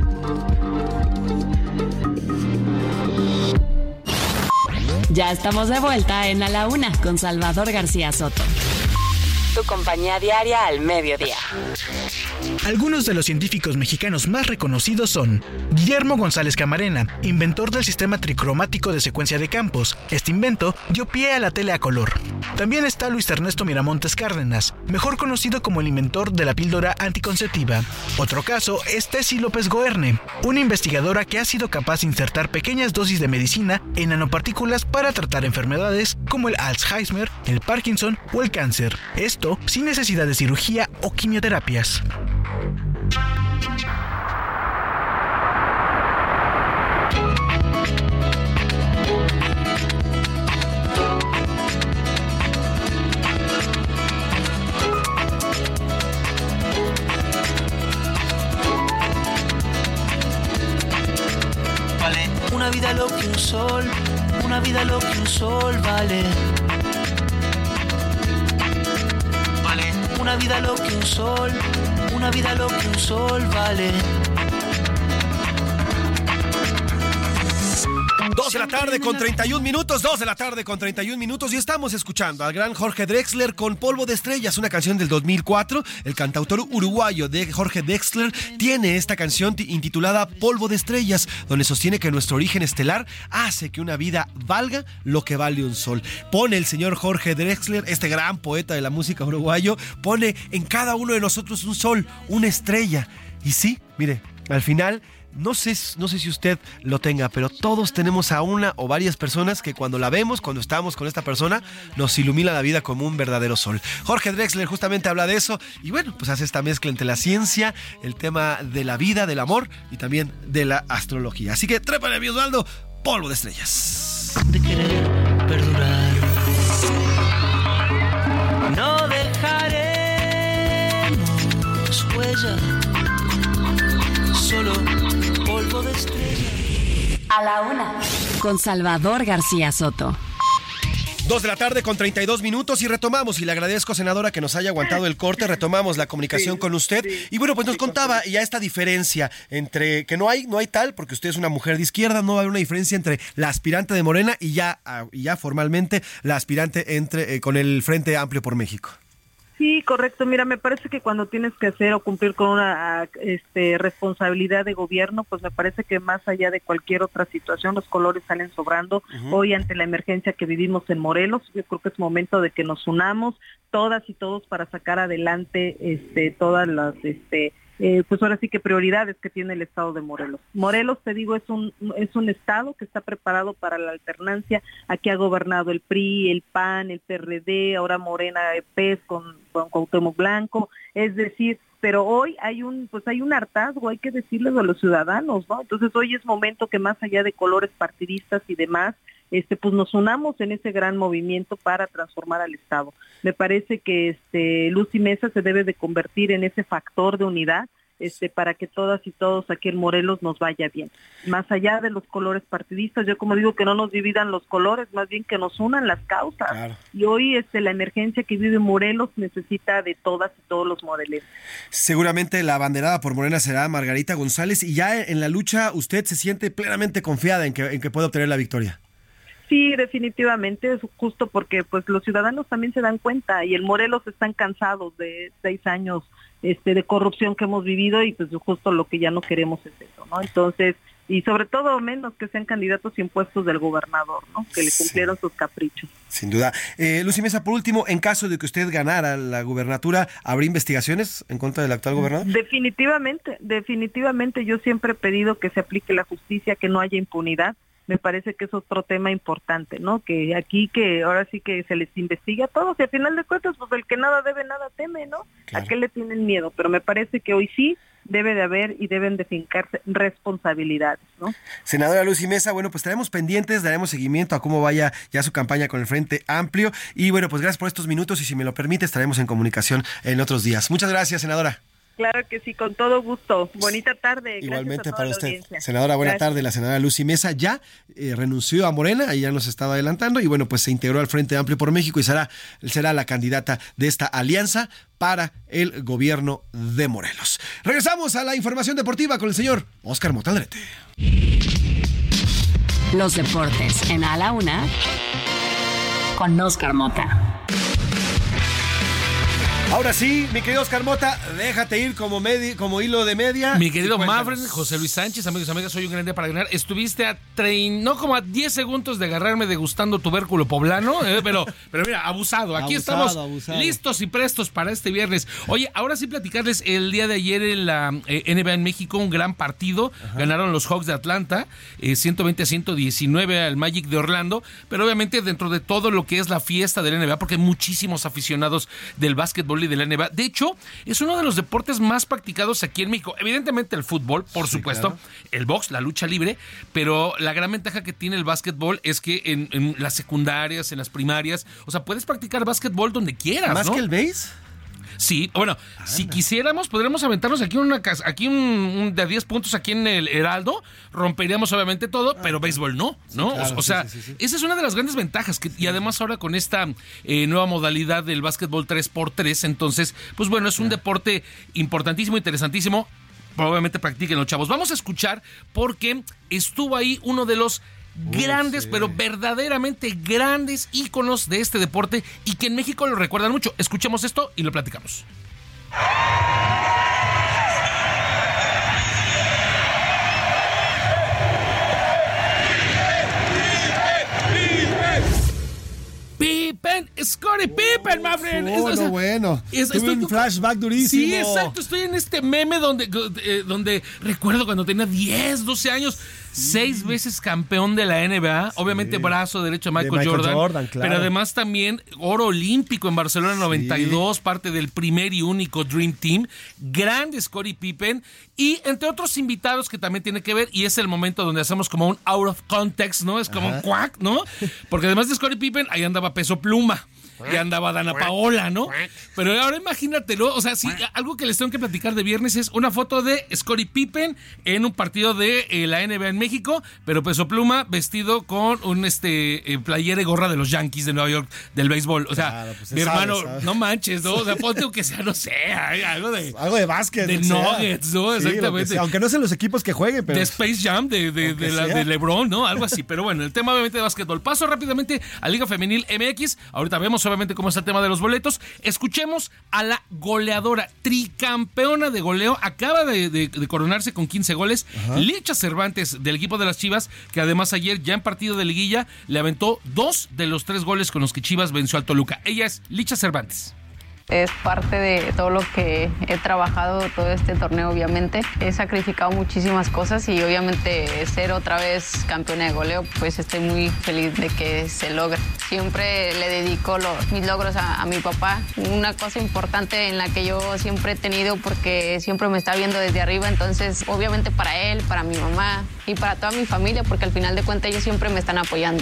Ya estamos de vuelta en A la Una con Salvador García Soto. Tu compañía diaria al mediodía. Algunos de los científicos mexicanos más reconocidos son Guillermo González Camarena, inventor del sistema tricromático de secuencia de campos. Este invento dio pie a la tele a color. También está Luis Ernesto Miramontes Cárdenas, mejor conocido como el inventor de la píldora anticonceptiva. Otro caso es Tessie López Goerne, una investigadora que ha sido capaz de insertar pequeñas dosis de medicina en nanopartículas para tratar enfermedades como el Alzheimer, el Parkinson o el cáncer. Esto sin necesidad de cirugía o quimioterapias. Vale, una vida lo que un sol, una vida lo que un sol vale. Una vida lo que un sol, una vida lo que un sol vale. Dos de la tarde con treinta y un minutos, dos de la tarde con treinta y un minutos y estamos escuchando al gran Jorge Drexler con Polvo de Estrellas, una canción del dos mil cuatro. El cantautor uruguayo de Jorge Drexler tiene esta canción intitulada Polvo de Estrellas, donde sostiene que nuestro origen estelar hace que una vida valga lo que vale un sol. Pone el señor Jorge Drexler, este gran poeta de la música uruguayo, pone en cada uno de nosotros un sol, una estrella. Y sí, mire, al final... No sé, no sé si usted lo tenga, pero todos tenemos a una o varias personas que cuando la vemos, cuando estamos con esta persona, nos ilumina la vida como un verdadero sol. Jorge Drexler justamente habla de eso y bueno, pues hace esta mezcla entre la ciencia, el tema de la vida, del amor y también de la astrología. Así que trépale, mi Osvaldo, Polvo de Estrellas. De querer perdurar, no dejaremos huella, solo polvo de estrella. A la Una con Salvador García Soto. Dos de la tarde con treinta y dos minutos y retomamos, y le agradezco, senadora, que nos haya aguantado el corte, retomamos la comunicación sí, con usted, sí, y bueno, pues nos sí, contaba ya esta diferencia entre, que no hay, no hay tal, porque usted es una mujer de izquierda, no hay una diferencia entre la aspirante de Morena y ya, y ya formalmente la aspirante entre eh, con el Frente Amplio por México. Sí, correcto. Mira, me parece que cuando tienes que hacer o cumplir con una este, responsabilidad de gobierno, pues me parece que más allá de cualquier otra situación, los colores salen sobrando. Uh-huh. Hoy, ante la emergencia que vivimos en Morelos, yo creo que es momento de que nos unamos todas y todos para sacar adelante este, todas las... este Eh, pues ahora sí que prioridades que tiene el estado de Morelos. Morelos, te digo, es un es un estado que está preparado para la alternancia. Aquí ha gobernado el P R I, el P A N, el P R D, ahora Morena, P E S con, con Cuauhtémoc Blanco, es decir, pero hoy hay un pues hay un hartazgo, hay que decirles a los ciudadanos, ¿no? Entonces hoy es momento que más allá de colores partidistas y demás, este pues nos unamos en ese gran movimiento para transformar al estado. Me parece que este Lucy Mesa se debe de convertir en ese factor de unidad este para que todas y todos aquí en Morelos nos vaya bien. Más allá de los colores partidistas, yo como digo que no nos dividan los colores, más bien que nos unan las causas. Claro. Y hoy este la emergencia que vive Morelos necesita de todas y todos los morelenses. Seguramente la abanderada por Morena será Margarita González, y ya en la lucha usted se siente plenamente confiada en que en que puede obtener la victoria. Sí, definitivamente, es justo porque pues los ciudadanos también se dan cuenta, y en Morelos están cansados de seis años este de corrupción que hemos vivido, y pues justo lo que ya no queremos es eso, ¿no? Entonces, y sobre todo menos que sean candidatos impuestos del gobernador, ¿no? Que le cumplieron sí. sus caprichos. Sin duda. Eh, Lucy Mesa, por último, en caso de que usted ganara la gubernatura, ¿habrá investigaciones en contra del actual gobernador? Definitivamente, definitivamente. Yo siempre he pedido que se aplique la justicia, que no haya impunidad. Me parece que es otro tema importante, ¿no? Que aquí que ahora sí que se les investiga a todos, y al final de cuentas, pues el que nada debe, nada teme, ¿no? Claro. ¿A qué le tienen miedo? Pero me parece que hoy sí debe de haber y deben de fincarse responsabilidades, ¿no? Senadora Lucy Mesa, bueno, pues estaremos pendientes, daremos seguimiento a cómo vaya ya su campaña con el Frente Amplio, y bueno, pues gracias por estos minutos, y si me lo permite, estaremos en comunicación en otros días. Muchas gracias, senadora. Claro que sí, con todo gusto. Bonita tarde. Igualmente para usted. Senadora, buena Gracias. tarde. La senadora Lucy Mesa ya eh, renunció a Morena, ahí ya nos estaba adelantando, y bueno, pues se integró al Frente Amplio por México y será, será la candidata de esta alianza para el gobierno de Morelos. Regresamos a la información deportiva con el señor Óscar Mota Aldrete. Los deportes en A la Una con Óscar Mota. Ahora sí, mi querido Óscar Mota, déjate ir como medi- como hilo de media. Mi querido Mavren, José Luis Sánchez, amigos y amigas, soy un gran día para ganar. Estuviste a trein, no como a diez segundos de agarrarme degustando tubérculo poblano, eh, pero, pero mira, abusado. Aquí abusado, estamos abusado. listos y prestos para este viernes. Oye, ahora sí platicarles, el día de ayer en la eh, N B A en México, un gran partido. Ajá. Ganaron los Hawks de Atlanta, eh, ciento veinte a ciento diecinueve al Magic de Orlando, pero obviamente dentro de todo lo que es la fiesta de la N B A, porque hay muchísimos aficionados del básquetbol y de la N B A. De hecho, es uno de los deportes más practicados aquí en México. Evidentemente el fútbol, por sí, supuesto, claro. El box, la lucha libre, pero la gran ventaja que tiene el básquetbol es que en, en las secundarias, en las primarias, o sea, puedes practicar básquetbol donde quieras, ¿Más ¿no? que el base? Sí, bueno, Anda. si quisiéramos, podríamos aventarnos aquí una casa, aquí un, un de diez puntos aquí en el Heraldo, romperíamos obviamente todo, ah, pero béisbol no, ¿no? Sí, claro, o, o sea, sí, sí, sí. esa es una de las grandes ventajas, que, y además ahora con esta eh, nueva modalidad del básquetbol tres por tres, entonces, pues bueno, es un ah. deporte importantísimo, interesantísimo, probablemente practiquen los chavos. Vamos a escuchar porque estuvo ahí uno de los grandes, sí. pero verdaderamente grandes íconos de este deporte y que en México lo recuerdan mucho. Escuchemos esto y lo platicamos. Pippen, Scottie Pippen, my friend. Oh, es, no, bueno. Es, Tuve estoy, un flashback durísimo. Sí, exacto. Estoy en este meme donde, eh, donde recuerdo cuando tenía diez, doce años. Seis veces campeón de la N B A, sí. obviamente brazo derecho de Michael, de Michael Jordan, Jordan claro. pero además también oro olímpico en Barcelona noventa y dos, sí. parte del primer y único Dream Team, grande Scottie Pippen, y entre otros invitados que también tiene que ver, y es el momento donde hacemos como un out of context, ¿no? Es como Ajá. un cuac, ¿no? Porque además de Scottie Pippen, ahí andaba Peso Pluma. ya andaba Dana Paola, ¿no? Pero ahora imagínatelo, o sea, sí, algo que les tengo que platicar de viernes es una foto de Scottie Pippen en un partido de eh, la N B A en México, pero Peso Pluma vestido con un este eh, playera y gorra de los Yankees de Nueva York del béisbol. O sea, claro, pues mi sabe, hermano, sabe. no manches, ¿no? O sea, ponte que sea, no sé, algo de... Algo de básquet. De Nuggets, ¿no? Sí, exactamente. Aunque no sean los equipos que jueguen, pero... De Space Jam, de, de, de, la, de LeBron, ¿no? Algo así. Pero bueno, el tema obviamente de básquetbol. Paso rápidamente a Liga Femenil M X. Ahorita vemos obviamente cómo está el tema de los boletos. Escuchemos a la goleadora, tricampeona de goleo. Acaba de, de, de coronarse con quince goles. Ajá. Licha Cervantes, del equipo de las Chivas, que además ayer ya en partido de liguilla le aventó dos de los tres goles con los que Chivas venció al Toluca. Ella es Licha Cervantes. Es parte de todo lo que he trabajado todo este torneo, obviamente. He sacrificado muchísimas cosas y obviamente ser otra vez campeona de goleo, pues estoy muy feliz de que se logre. Siempre le dedico los, mis logros a, a mi papá. Una cosa importante en la que yo siempre he tenido, porque siempre me está viendo desde arriba, entonces obviamente para él, para mi mamá y para toda mi familia, porque al final de cuentas ellos siempre me están apoyando.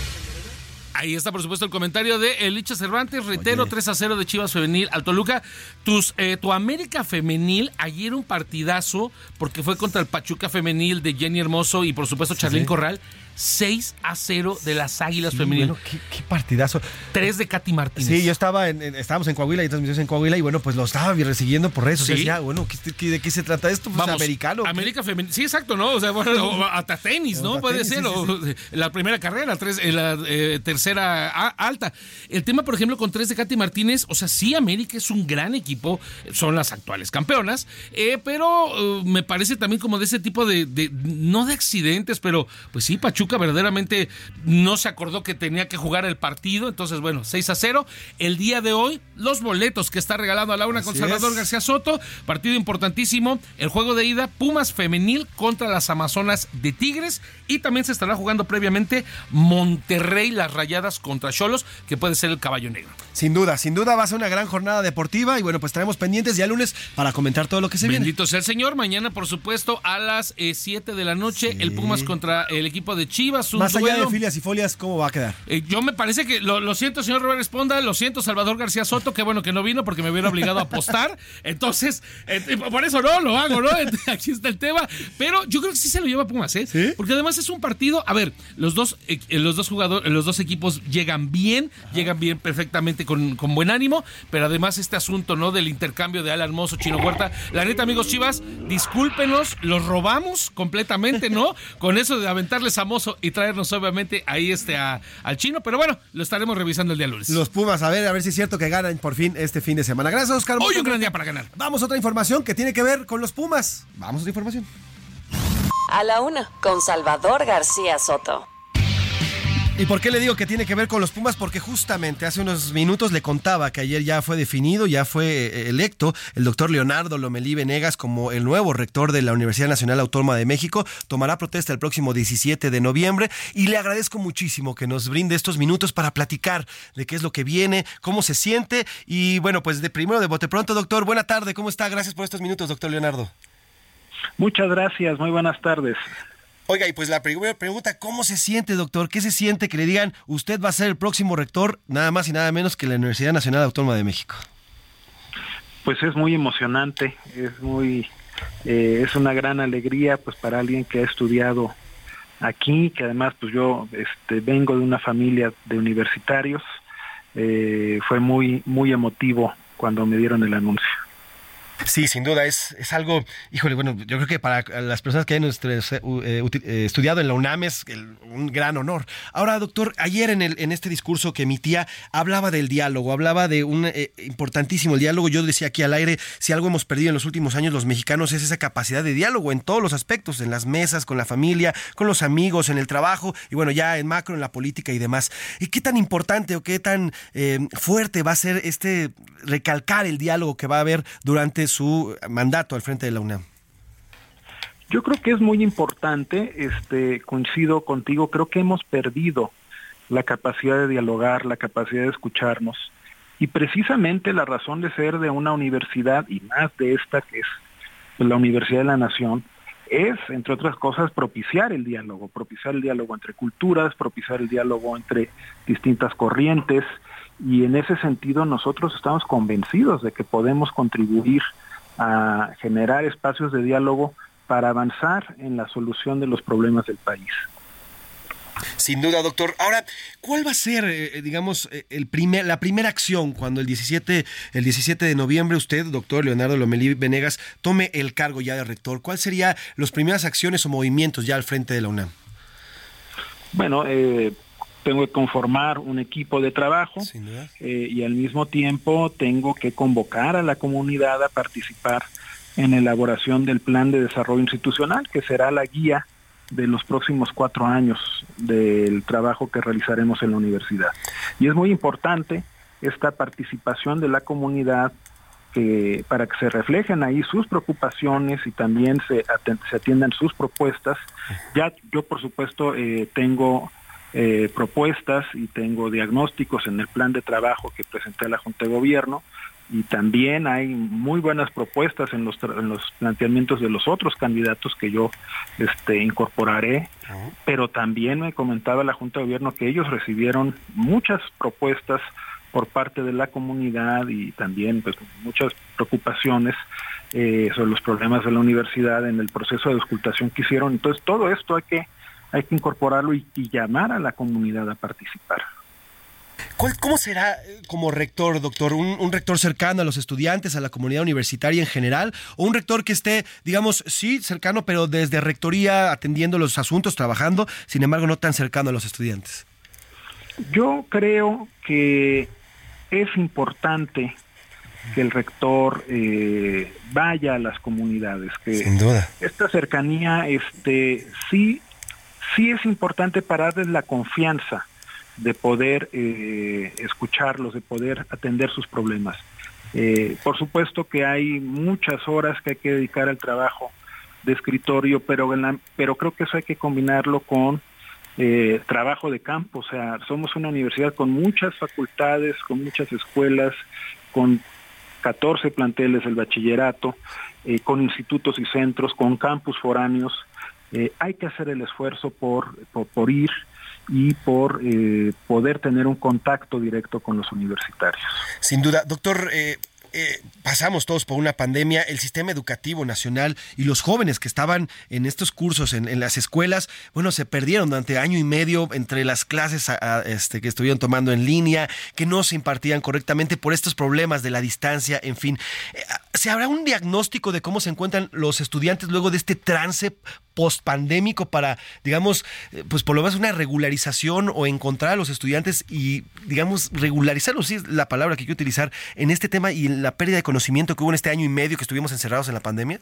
Ahí está, por supuesto, el comentario de Licha Cervantes. Reitero, Oye. tres a cero de Chivas Femenil al Toluca. Tus, eh, tu América Femenil, ayer un partidazo, porque fue contra el Pachuca Femenil de Jenny Hermoso y, por supuesto, Charlín sí. Corral. seis a cero de las Águilas sí, Femenil. Bueno, qué, qué partidazo. tres de Katy Martínez. Sí, yo estaba en, en, estábamos en Coahuila, y transmisiones en Coahuila, y bueno, pues lo estaba siguiendo por redes sociales. ¿Sí? Ya, bueno, ¿qué, qué, ¿de qué se trata esto? Pues Vamos, americano. América Femenil. Sí, exacto, ¿no? O sea, bueno, hasta tenis, ¿no? Puede tenis, ser. Sí, sí, sí. O la primera carrera, la, tres, la eh, tercera a, alta. El tema, por ejemplo, con tres de Katy Martínez, o sea, sí, América es un gran equipo, son las actuales campeonas, eh, pero uh, me parece también como de ese tipo de, de, no de accidentes, pero pues sí, Pachuca verdaderamente no se acordó que tenía que jugar el partido. Entonces, bueno, seis a cero. El día de hoy, los boletos que está regalando a la una con Salvador García Soto. Partido importantísimo. El juego de ida, Pumas Femenil contra las Amazonas de Tigres. Y también se estará jugando previamente Monterrey, las Rayadas contra Xolos, que puede ser el caballo negro. Sin duda, sin duda va a ser una gran jornada deportiva. Y bueno, pues estaremos pendientes ya lunes para comentar todo lo que se Bendito viene. Bendito sea el Señor. Mañana, por supuesto, a las siete eh, de la noche, sí. el Pumas contra el equipo de Chivas. Más allá duelo. de filias y folias, ¿cómo va a quedar? Eh, yo me parece que, lo, lo siento, señor Robert Esponda, lo siento, Salvador García Soto, qué bueno que no vino porque me hubiera obligado a apostar. Entonces, eh, por eso no, lo hago, ¿no? Aquí está el tema. Pero yo creo que sí se lo lleva Pumas, ¿eh? ¿Sí? Porque además es un partido, a ver, los dos, eh, los dos jugadores, los dos equipos llegan bien, Ajá. llegan bien perfectamente con, con buen ánimo, pero además este asunto, ¿no? Del intercambio de Alan Mozo, Chino Huerta. La neta, amigos Chivas, discúlpenos, los robamos completamente, ¿no? Con eso de aventarles a Mozo y traernos obviamente ahí este a, al Chino, pero bueno, lo estaremos revisando el día lunes. Los Pumas, a ver, a ver si es cierto que ganan por fin este fin de semana. Gracias, Oscar. Hoy un gran día para ganar. Vamos a otra información que tiene que ver con los Pumas. Vamos a otra información. A la una, con Salvador García Soto. ¿Y por qué le digo que tiene que ver con los Pumas? Porque justamente hace unos minutos le contaba que ayer ya fue definido, ya fue electo el doctor Leonardo Lomelí Venegas como el nuevo rector de la Universidad Nacional Autónoma de México. Tomará protesta el próximo diecisiete de noviembre y le agradezco muchísimo que nos brinde estos minutos para platicar de qué es lo que viene, cómo se siente y bueno, pues de primero de bote pronto, doctor, buena tarde, ¿cómo está? Gracias por estos minutos, doctor Leonardo. Muchas gracias, muy buenas tardes. Oiga, y pues la primera pregunta, ¿cómo se siente, doctor? ¿Qué se siente que le digan, usted va a ser el próximo rector, nada más y nada menos que la Universidad Nacional Autónoma de México? Pues es muy emocionante, es muy, eh, es una gran alegría, pues para alguien que ha estudiado aquí, que además, pues yo, este, vengo de una familia de universitarios, eh, fue muy, muy emotivo cuando me dieron el anuncio. Sí, sin duda, es, es algo, híjole, bueno, yo creo que para las personas que hayan eh, estudiado en la UNAM es el, un gran honor. Ahora, doctor, ayer en, el, en este discurso que emitía, hablaba del diálogo, hablaba de un eh, importantísimo el diálogo. Yo decía aquí al aire, si algo hemos perdido en los últimos años los mexicanos es esa capacidad de diálogo en todos los aspectos, en las mesas, con la familia, con los amigos, en el trabajo, y bueno, ya en macro, en la política y demás. ¿Y qué tan importante o qué tan eh, fuerte va a ser este recalcar el diálogo que va a haber durante su mandato al frente de la UNAM? Yo creo que es muy importante, este, coincido contigo, creo que hemos perdido la capacidad de dialogar, la capacidad de escucharnos, y precisamente la razón de ser de una universidad, y más de esta que es la Universidad de la Nación, es, entre otras cosas, propiciar el diálogo, propiciar el diálogo entre culturas, propiciar el diálogo entre distintas corrientes, y en ese sentido nosotros estamos convencidos de que podemos contribuir a generar espacios de diálogo para avanzar en la solución de los problemas del país. Sin duda, doctor. Ahora, ¿cuál va a ser, eh, digamos, el primer, la primera acción cuando el diecisiete, el diecisiete de noviembre usted, doctor Leonardo Lomelí Venegas, tome el cargo ya de rector? ¿Cuáles serían las primeras acciones o movimientos ya al frente de la UNAM? Bueno, eh, tengo que conformar un equipo de trabajo eh, y al mismo tiempo tengo que convocar a la comunidad a participar en la elaboración del plan de desarrollo institucional, que será la guía de los próximos cuatro años del trabajo que realizaremos en la universidad. Y es muy importante esta participación de la comunidad que, para que se reflejen ahí sus preocupaciones y también se, atend- se atiendan sus propuestas. Ya yo, por supuesto, eh, tengo eh, propuestas y tengo diagnósticos en el plan de trabajo que presenté a la Junta de Gobierno, y también hay muy buenas propuestas en los, en los planteamientos de los otros candidatos que yo este, incorporaré, uh-huh. Pero también me comentaba la Junta de Gobierno que ellos recibieron muchas propuestas por parte de la comunidad y también pues, muchas preocupaciones eh, sobre los problemas de la universidad en el proceso de auscultación que hicieron. Entonces todo esto hay que, hay que incorporarlo y, y llamar a la comunidad a participar. ¿Cómo será como rector, doctor? ¿Un, un rector cercano a los estudiantes, a la comunidad universitaria en general? ¿O un rector que esté, digamos, sí, cercano, pero desde rectoría atendiendo los asuntos, trabajando, sin embargo no tan cercano a los estudiantes? Yo creo que es importante que el rector eh, vaya a las comunidades. Que Sin duda. Esta cercanía este, sí, sí es importante para darles la confianza de poder eh, escucharlos, de poder atender sus problemas. Eh, por supuesto que hay muchas horas que hay que dedicar al trabajo de escritorio, pero, en la, pero creo que eso hay que combinarlo con eh, trabajo de campo. O sea, somos una universidad con muchas facultades, con muchas escuelas, con catorce planteles del bachillerato, eh, con institutos y centros, con campus foráneos. Eh, hay que hacer el esfuerzo por, por, por ir y por eh, poder tener un contacto directo con los universitarios. Sin duda. Doctor, eh, eh, pasamos todos por una pandemia, el sistema educativo nacional y los jóvenes que estaban en estos cursos, en, en las escuelas, bueno, se perdieron durante año y medio entre las clases a, a, este, que estuvieron tomando en línea, que no se impartían correctamente por estos problemas de la distancia, en fin. Eh, ¿Se habrá un diagnóstico de cómo se encuentran los estudiantes luego de este trance post-pandémico para, digamos, pues por lo menos una regularización o encontrar a los estudiantes y, digamos, regularizarlos, sí es la palabra que quiero utilizar, en este tema y en la pérdida de conocimiento que hubo en este año y medio que estuvimos encerrados en la pandemia?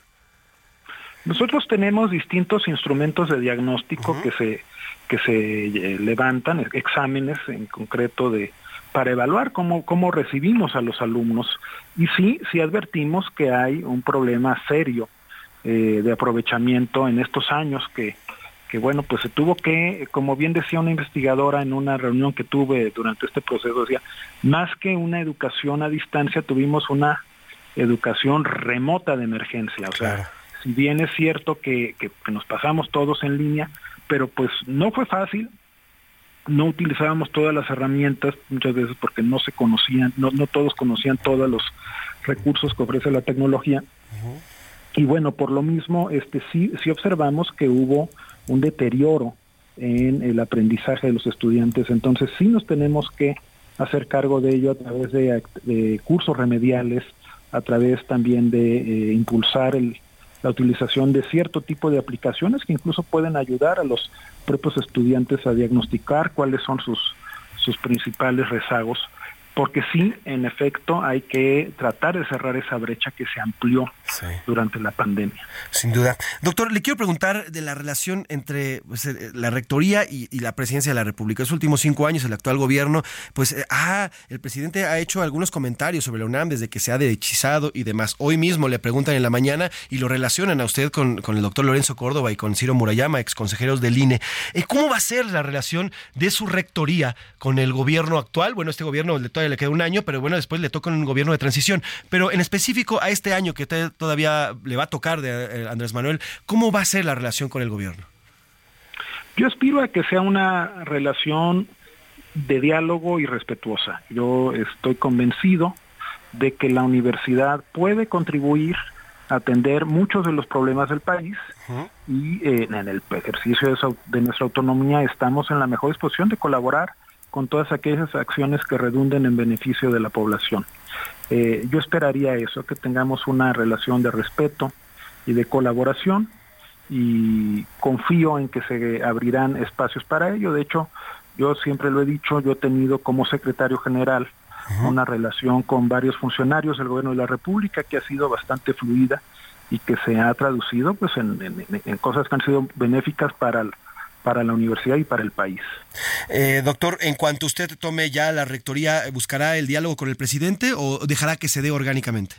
Nosotros tenemos distintos instrumentos de diagnóstico uh-huh. que se que se eh, levantan, exámenes en concreto de para evaluar cómo, cómo recibimos a los alumnos, y sí, sí advertimos que hay un problema serio eh, de aprovechamiento en estos años que, que, bueno, pues se tuvo que, como bien decía una investigadora en una reunión que tuve durante este proceso, decía, más que una educación a distancia, tuvimos una educación remota de emergencia, o claro. sea, si bien es cierto que, que, que nos pasamos todos en línea, pero pues no fue fácil. No utilizábamos todas las herramientas muchas veces porque no se conocían, no, no todos conocían todos los recursos que ofrece la tecnología. Uh-huh. Y bueno, por lo mismo, este sí, sí observamos que hubo un deterioro en el aprendizaje de los estudiantes. Entonces sí nos tenemos que hacer cargo de ello a través de, de cursos remediales, a través también de eh, impulsar el la utilización de cierto tipo de aplicaciones que incluso pueden ayudar a los propios estudiantes a diagnosticar cuáles son sus, sus principales rezagos, porque sí, en efecto, hay que tratar de cerrar esa brecha que se amplió sí. durante la pandemia. Sin duda. Doctor, le quiero preguntar de la relación entre pues, la rectoría y, y la presidencia de la República. En los últimos cinco años, el actual gobierno, pues, eh, ah, el presidente ha hecho algunos comentarios sobre la UNAM desde que se ha derechizado y demás. Hoy mismo le preguntan en la mañana y lo relacionan a usted con, con el doctor Lorenzo Córdoba y con Ciro Murayama, ex consejeros del I N E. ¿Cómo va a ser la relación de su rectoría con el gobierno actual? Bueno, este gobierno le todavía le queda un año, pero bueno, después le toca un gobierno de transición. Pero en específico a este año que te, todavía le va a tocar de eh, Andrés Manuel, ¿cómo va a ser la relación con el gobierno? Yo aspiro a que sea una relación de diálogo y respetuosa. Yo estoy convencido de que la universidad puede contribuir a atender muchos de los problemas del país uh-huh. y eh, en el ejercicio de, de nuestra autonomía estamos en la mejor disposición de colaborar con todas aquellas acciones que redunden en beneficio de la población. Eh, yo esperaría eso, que tengamos una relación de respeto y de colaboración, y confío en que se abrirán espacios para ello. De hecho, yo siempre lo he dicho, yo he tenido como secretario general uh-huh. una relación con varios funcionarios del gobierno de la República que ha sido bastante fluida y que se ha traducido pues en, en, en cosas que han sido benéficas para el, para la universidad y para el país. Eh, doctor, en cuanto usted tome ya la rectoría, ¿buscará el diálogo con el presidente o dejará que se dé orgánicamente?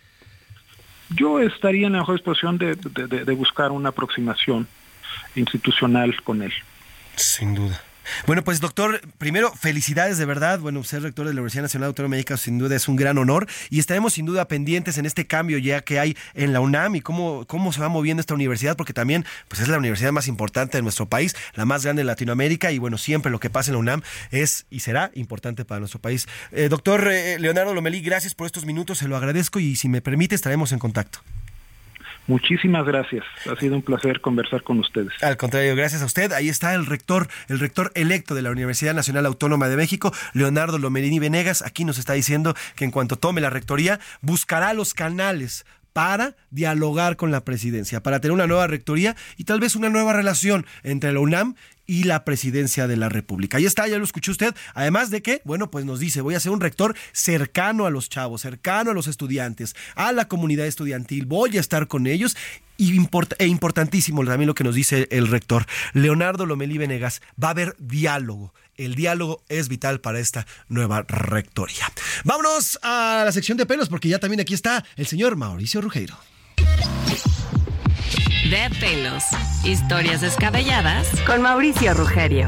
Yo estaría en la mejor disposición de, de, de, de buscar una aproximación institucional con él. Sin duda. Bueno, pues doctor, primero, felicidades de verdad. Bueno, ser rector de la Universidad Nacional Autónoma de México sin duda es un gran honor y estaremos sin duda pendientes en este cambio ya que hay en la UNAM y cómo, cómo se va moviendo esta universidad, porque también pues es la universidad más importante de nuestro país, la más grande de Latinoamérica, y bueno, siempre lo que pasa en la UNAM es y será importante para nuestro país. Eh, doctor eh, Leonardo Lomelí, gracias por estos minutos, se lo agradezco y si me permite estaremos en contacto. Muchísimas gracias. Ha sido un placer conversar con ustedes. Al contrario, gracias a usted. Ahí está el rector, el rector electo de la Universidad Nacional Autónoma de México, Leonardo Lomelí Venegas. Aquí nos está diciendo que en cuanto tome la rectoría, buscará los canales para dialogar con la presidencia, para tener una nueva rectoría y tal vez una nueva relación entre la UNAM y la presidencia de la República. Ahí está, ya lo escuchó usted. Además de que, bueno, pues nos dice, voy a ser un rector cercano a los chavos, cercano a los estudiantes, a la comunidad estudiantil, voy a estar con ellos. Y import- e importantísimo también lo que nos dice el rector, Leonardo Lomelí Venegas, va a haber diálogo. El diálogo es vital para esta nueva rectoría. Vámonos a la sección de pelos, porque ya también aquí está el señor Mauricio Rugeiro. De pelos, historias descabelladas con Mauricio Rugerio.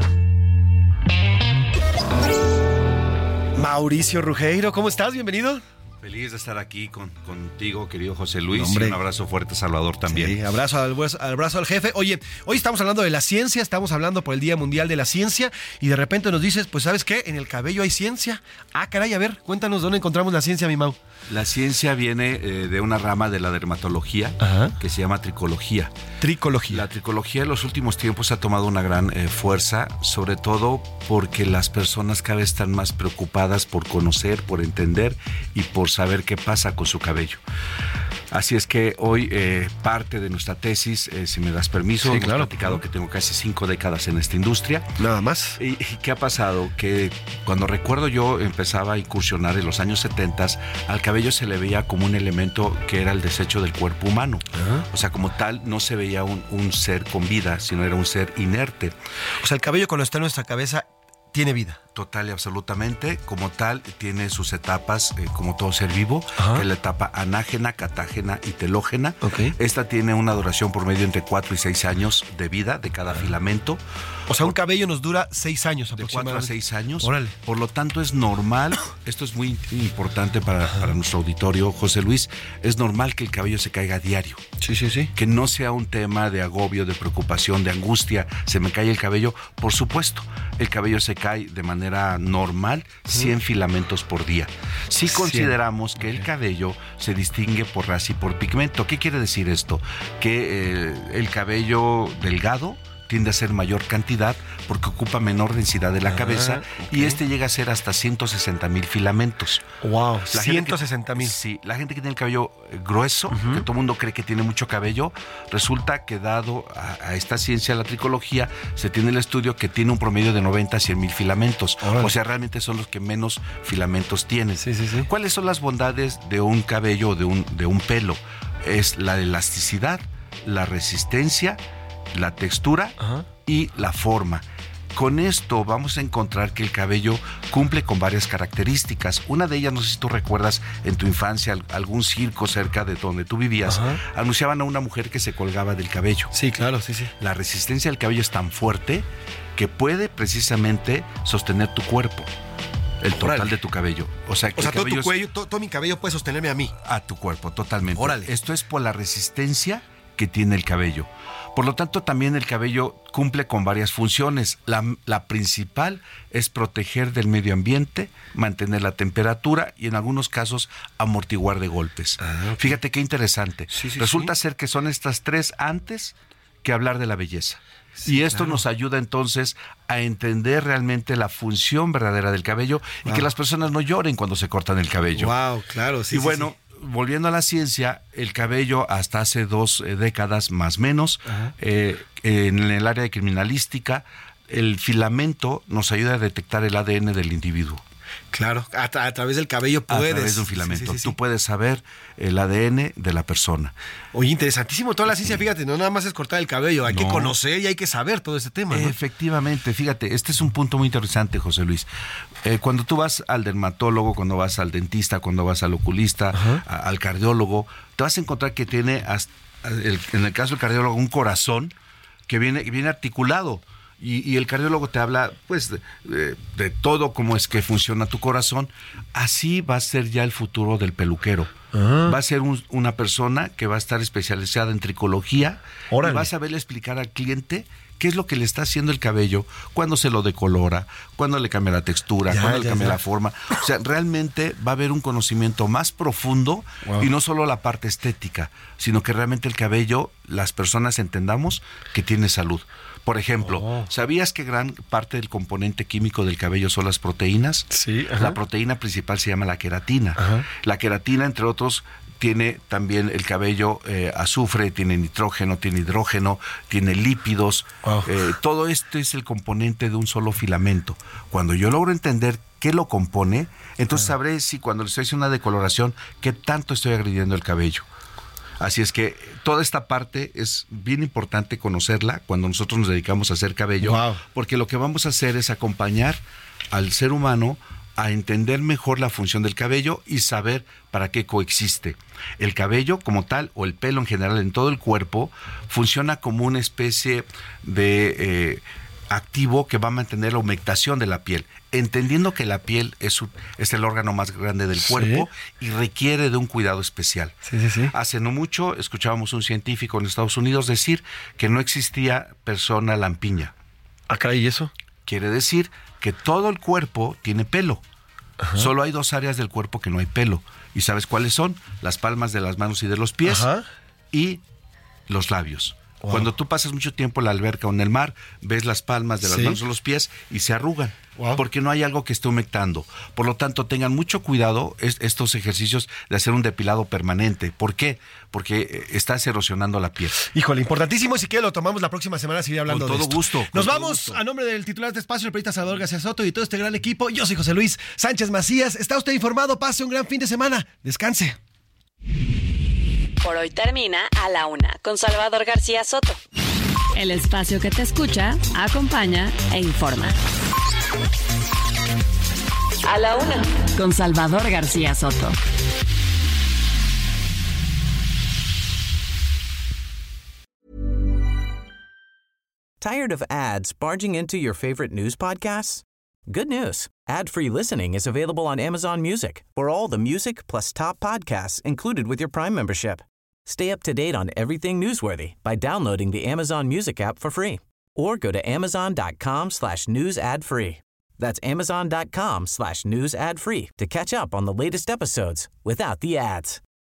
Mauricio Rugeiro, ¿cómo estás? Bienvenido. Feliz de estar aquí con, contigo, querido José Luis. Y un abrazo fuerte, Salvador, también. Sí, abrazo al, abrazo al jefe. Oye, hoy estamos hablando de la ciencia, estamos hablando por el Día Mundial de la Ciencia, y de repente nos dices, pues ¿sabes qué? En el cabello hay ciencia. Ah, caray, a ver, cuéntanos dónde encontramos la ciencia, mi Mau. La ciencia viene eh, de una rama de la dermatología, ajá, que se llama tricología. Tricología. La tricología en los últimos tiempos ha tomado una gran eh, fuerza, sobre todo porque las personas cada vez están más preocupadas por conocer, por entender y por saber qué pasa con su cabello. Así es que hoy eh, parte de nuestra tesis, eh, si me das permiso, sí, hemos claro, platicado claro. que tengo casi cinco décadas en esta industria. Nada más. ¿Y, y qué ha pasado? Que cuando recuerdo yo empezaba a incursionar en los años setenta, al cabello se le veía como un elemento que era el desecho del cuerpo humano. Uh-huh. O sea, como tal, no se veía un, un ser con vida, sino era un ser inerte. O sea, el cabello cuando está en nuestra cabeza tiene vida. Total y absolutamente, como tal, tiene sus etapas, eh, como todo ser vivo, ajá, que es la etapa anágena, catágena y telógena. Okay. Esta tiene una duración promedio entre cuatro y seis años de vida de cada filamento. O sea, un cabello nos dura seis años de cuatro a seis años. Órale. Por lo tanto, es normal, esto es muy importante para, para nuestro auditorio, José Luis, es normal que el cabello se caiga a diario. Sí, sí, sí. Que no sea un tema de agobio, de preocupación, de angustia, se me cae el cabello. Por supuesto, el cabello se cae de manera normal, cien filamentos por día. Si consideramos que el cabello se distingue por raza y por pigmento. ¿Qué quiere decir esto? Que eh, el cabello delgado tiende a ser mayor cantidad porque ocupa menor densidad de la ah, cabeza, okay, y este llega a ser hasta ciento sesenta mil filamentos. Wow, ciento sesenta mil. Sí, la gente que tiene el cabello grueso, uh-huh, que todo el mundo cree que tiene mucho cabello, resulta que dado a, a esta ciencia, la tricología, se tiene el estudio que tiene un promedio de noventa a cien mil filamentos. Órale. O sea, realmente son los que menos filamentos tienen. Sí, sí, sí. ¿Cuáles son las bondades de un cabello o de un, de un pelo? Es la elasticidad, la resistencia, la textura, uh-huh, y la forma. Con esto vamos a encontrar que el cabello cumple con varias características. Una de ellas, no sé si tú recuerdas en tu infancia algún circo cerca de donde tú vivías, uh-huh, anunciaban a una mujer que se colgaba del cabello. Sí, claro, sí, sí. La resistencia del cabello es tan fuerte que puede precisamente sostener tu cuerpo. El total Órale. de tu cabello. O sea, que o sea todo, tu es... cuello, todo, todo mi cabello puede sostenerme a mí. A tu cuerpo, totalmente. Órale. Esto es por la resistencia que tiene el cabello. Por lo tanto, también el cabello cumple con varias funciones. La, la principal es proteger del medio ambiente, mantener la temperatura y en algunos casos amortiguar de golpes. Ah, okay. Fíjate qué interesante. Sí, sí, Resulta sí. ser que son estas tres antes que hablar de la belleza. Sí, y esto claro. nos ayuda entonces a entender realmente la función verdadera del cabello wow. y que las personas no lloren cuando se cortan el cabello. Wow, claro, sí. Y sí, bueno, sí. volviendo a la ciencia, el cabello hasta hace dos eh, décadas más o menos, eh, en el área de criminalística, el filamento nos ayuda a detectar el A D N del individuo. Claro, a, tra- a través del cabello puedes. A través de un filamento. Sí, sí, sí, Tú sí. puedes saber el A D N de la persona. Oye, interesantísimo toda la ciencia, fíjate, no nada más es cortar el cabello, hay no. que conocer y hay que saber todo este tema, ¿no? Efectivamente, fíjate, este es un punto muy interesante, José Luis. Eh, cuando tú vas al dermatólogo, cuando vas al dentista, cuando vas al oculista, a, al cardiólogo, te vas a encontrar que tiene, hasta, el, en el caso del cardiólogo, un corazón que viene, viene articulado. Y, y el cardiólogo te habla, pues, de, de, de todo cómo es que funciona tu corazón. Así va a ser ya el futuro del peluquero. Ah. Va a ser un, una persona que va a estar especializada en tricología. Órale. Y va a saberle explicar al cliente qué es lo que le está haciendo el cabello, cuándo se lo decolora, cuándo le cambia la textura, ya, cuándo ya, le cambia ya. la forma. O sea, realmente va a haber un conocimiento más profundo wow. y no solo la parte estética, sino que realmente el cabello, las personas entendamos que tiene salud. Por ejemplo, oh. ¿sabías que gran parte del componente químico del cabello son las proteínas? Sí. Ajá. La proteína principal se llama la queratina. Ajá. La queratina, entre otros, tiene también el cabello eh, azufre, tiene nitrógeno, tiene hidrógeno, tiene lípidos. Oh. Eh, todo esto es el componente de un solo filamento. Cuando yo logro entender qué lo compone, entonces ah. sabré si cuando le estoy haciendo una decoloración, qué tanto estoy agrediendo el cabello. Así es que toda esta parte es bien importante conocerla cuando nosotros nos dedicamos a hacer cabello, wow. porque lo que vamos a hacer es acompañar al ser humano a entender mejor la función del cabello y saber para qué coexiste. El cabello como tal, o el pelo en general en todo el cuerpo, funciona como una especie de eh, activo que va a mantener la humectación de la piel, entendiendo que la piel es, un, es el órgano más grande del cuerpo sí. y requiere de un cuidado especial. Sí, sí, sí. Hace no mucho escuchábamos un científico en Estados Unidos decir que no existía persona lampiña. Acá y eso quiere decir que todo el cuerpo tiene pelo. Ajá. Solo hay dos áreas del cuerpo que no hay pelo. ¿Y sabes cuáles son? Las palmas de las manos y de los pies Ajá. y los labios. Wow. Cuando tú pasas mucho tiempo en la alberca o en el mar, ves las palmas de las ¿Sí? manos o los pies y se arrugan, wow. porque no hay algo que esté humectando. Por lo tanto, tengan mucho cuidado es, estos ejercicios de hacer un depilado permanente. ¿Por qué? Porque estás erosionando la piel. Híjole, importantísimo. Y si quieres lo tomamos la próxima semana, seguir hablando con de todo esto. Gusto. Nos todo vamos gusto. A nombre del titular de este espacio, el periodista Salvador García Soto y todo este gran equipo. Yo soy José Luis Sánchez Macías. Está usted informado. Pase un gran fin de semana. Descanse. Por hoy termina A la Una con Salvador García Soto. El espacio que te escucha, acompaña e informa. A la Una con Salvador García Soto. Tired of ads barging into your favorite news podcasts? Good news. Ad-free listening is available on Amazon Music for all the music plus top podcasts included with your Prime membership. Stay up to date on everything newsworthy by downloading the Amazon Music app for free or go to amazon.com slash news ad free. That's amazon.com slash news ad free to catch up on the latest episodes without the ads.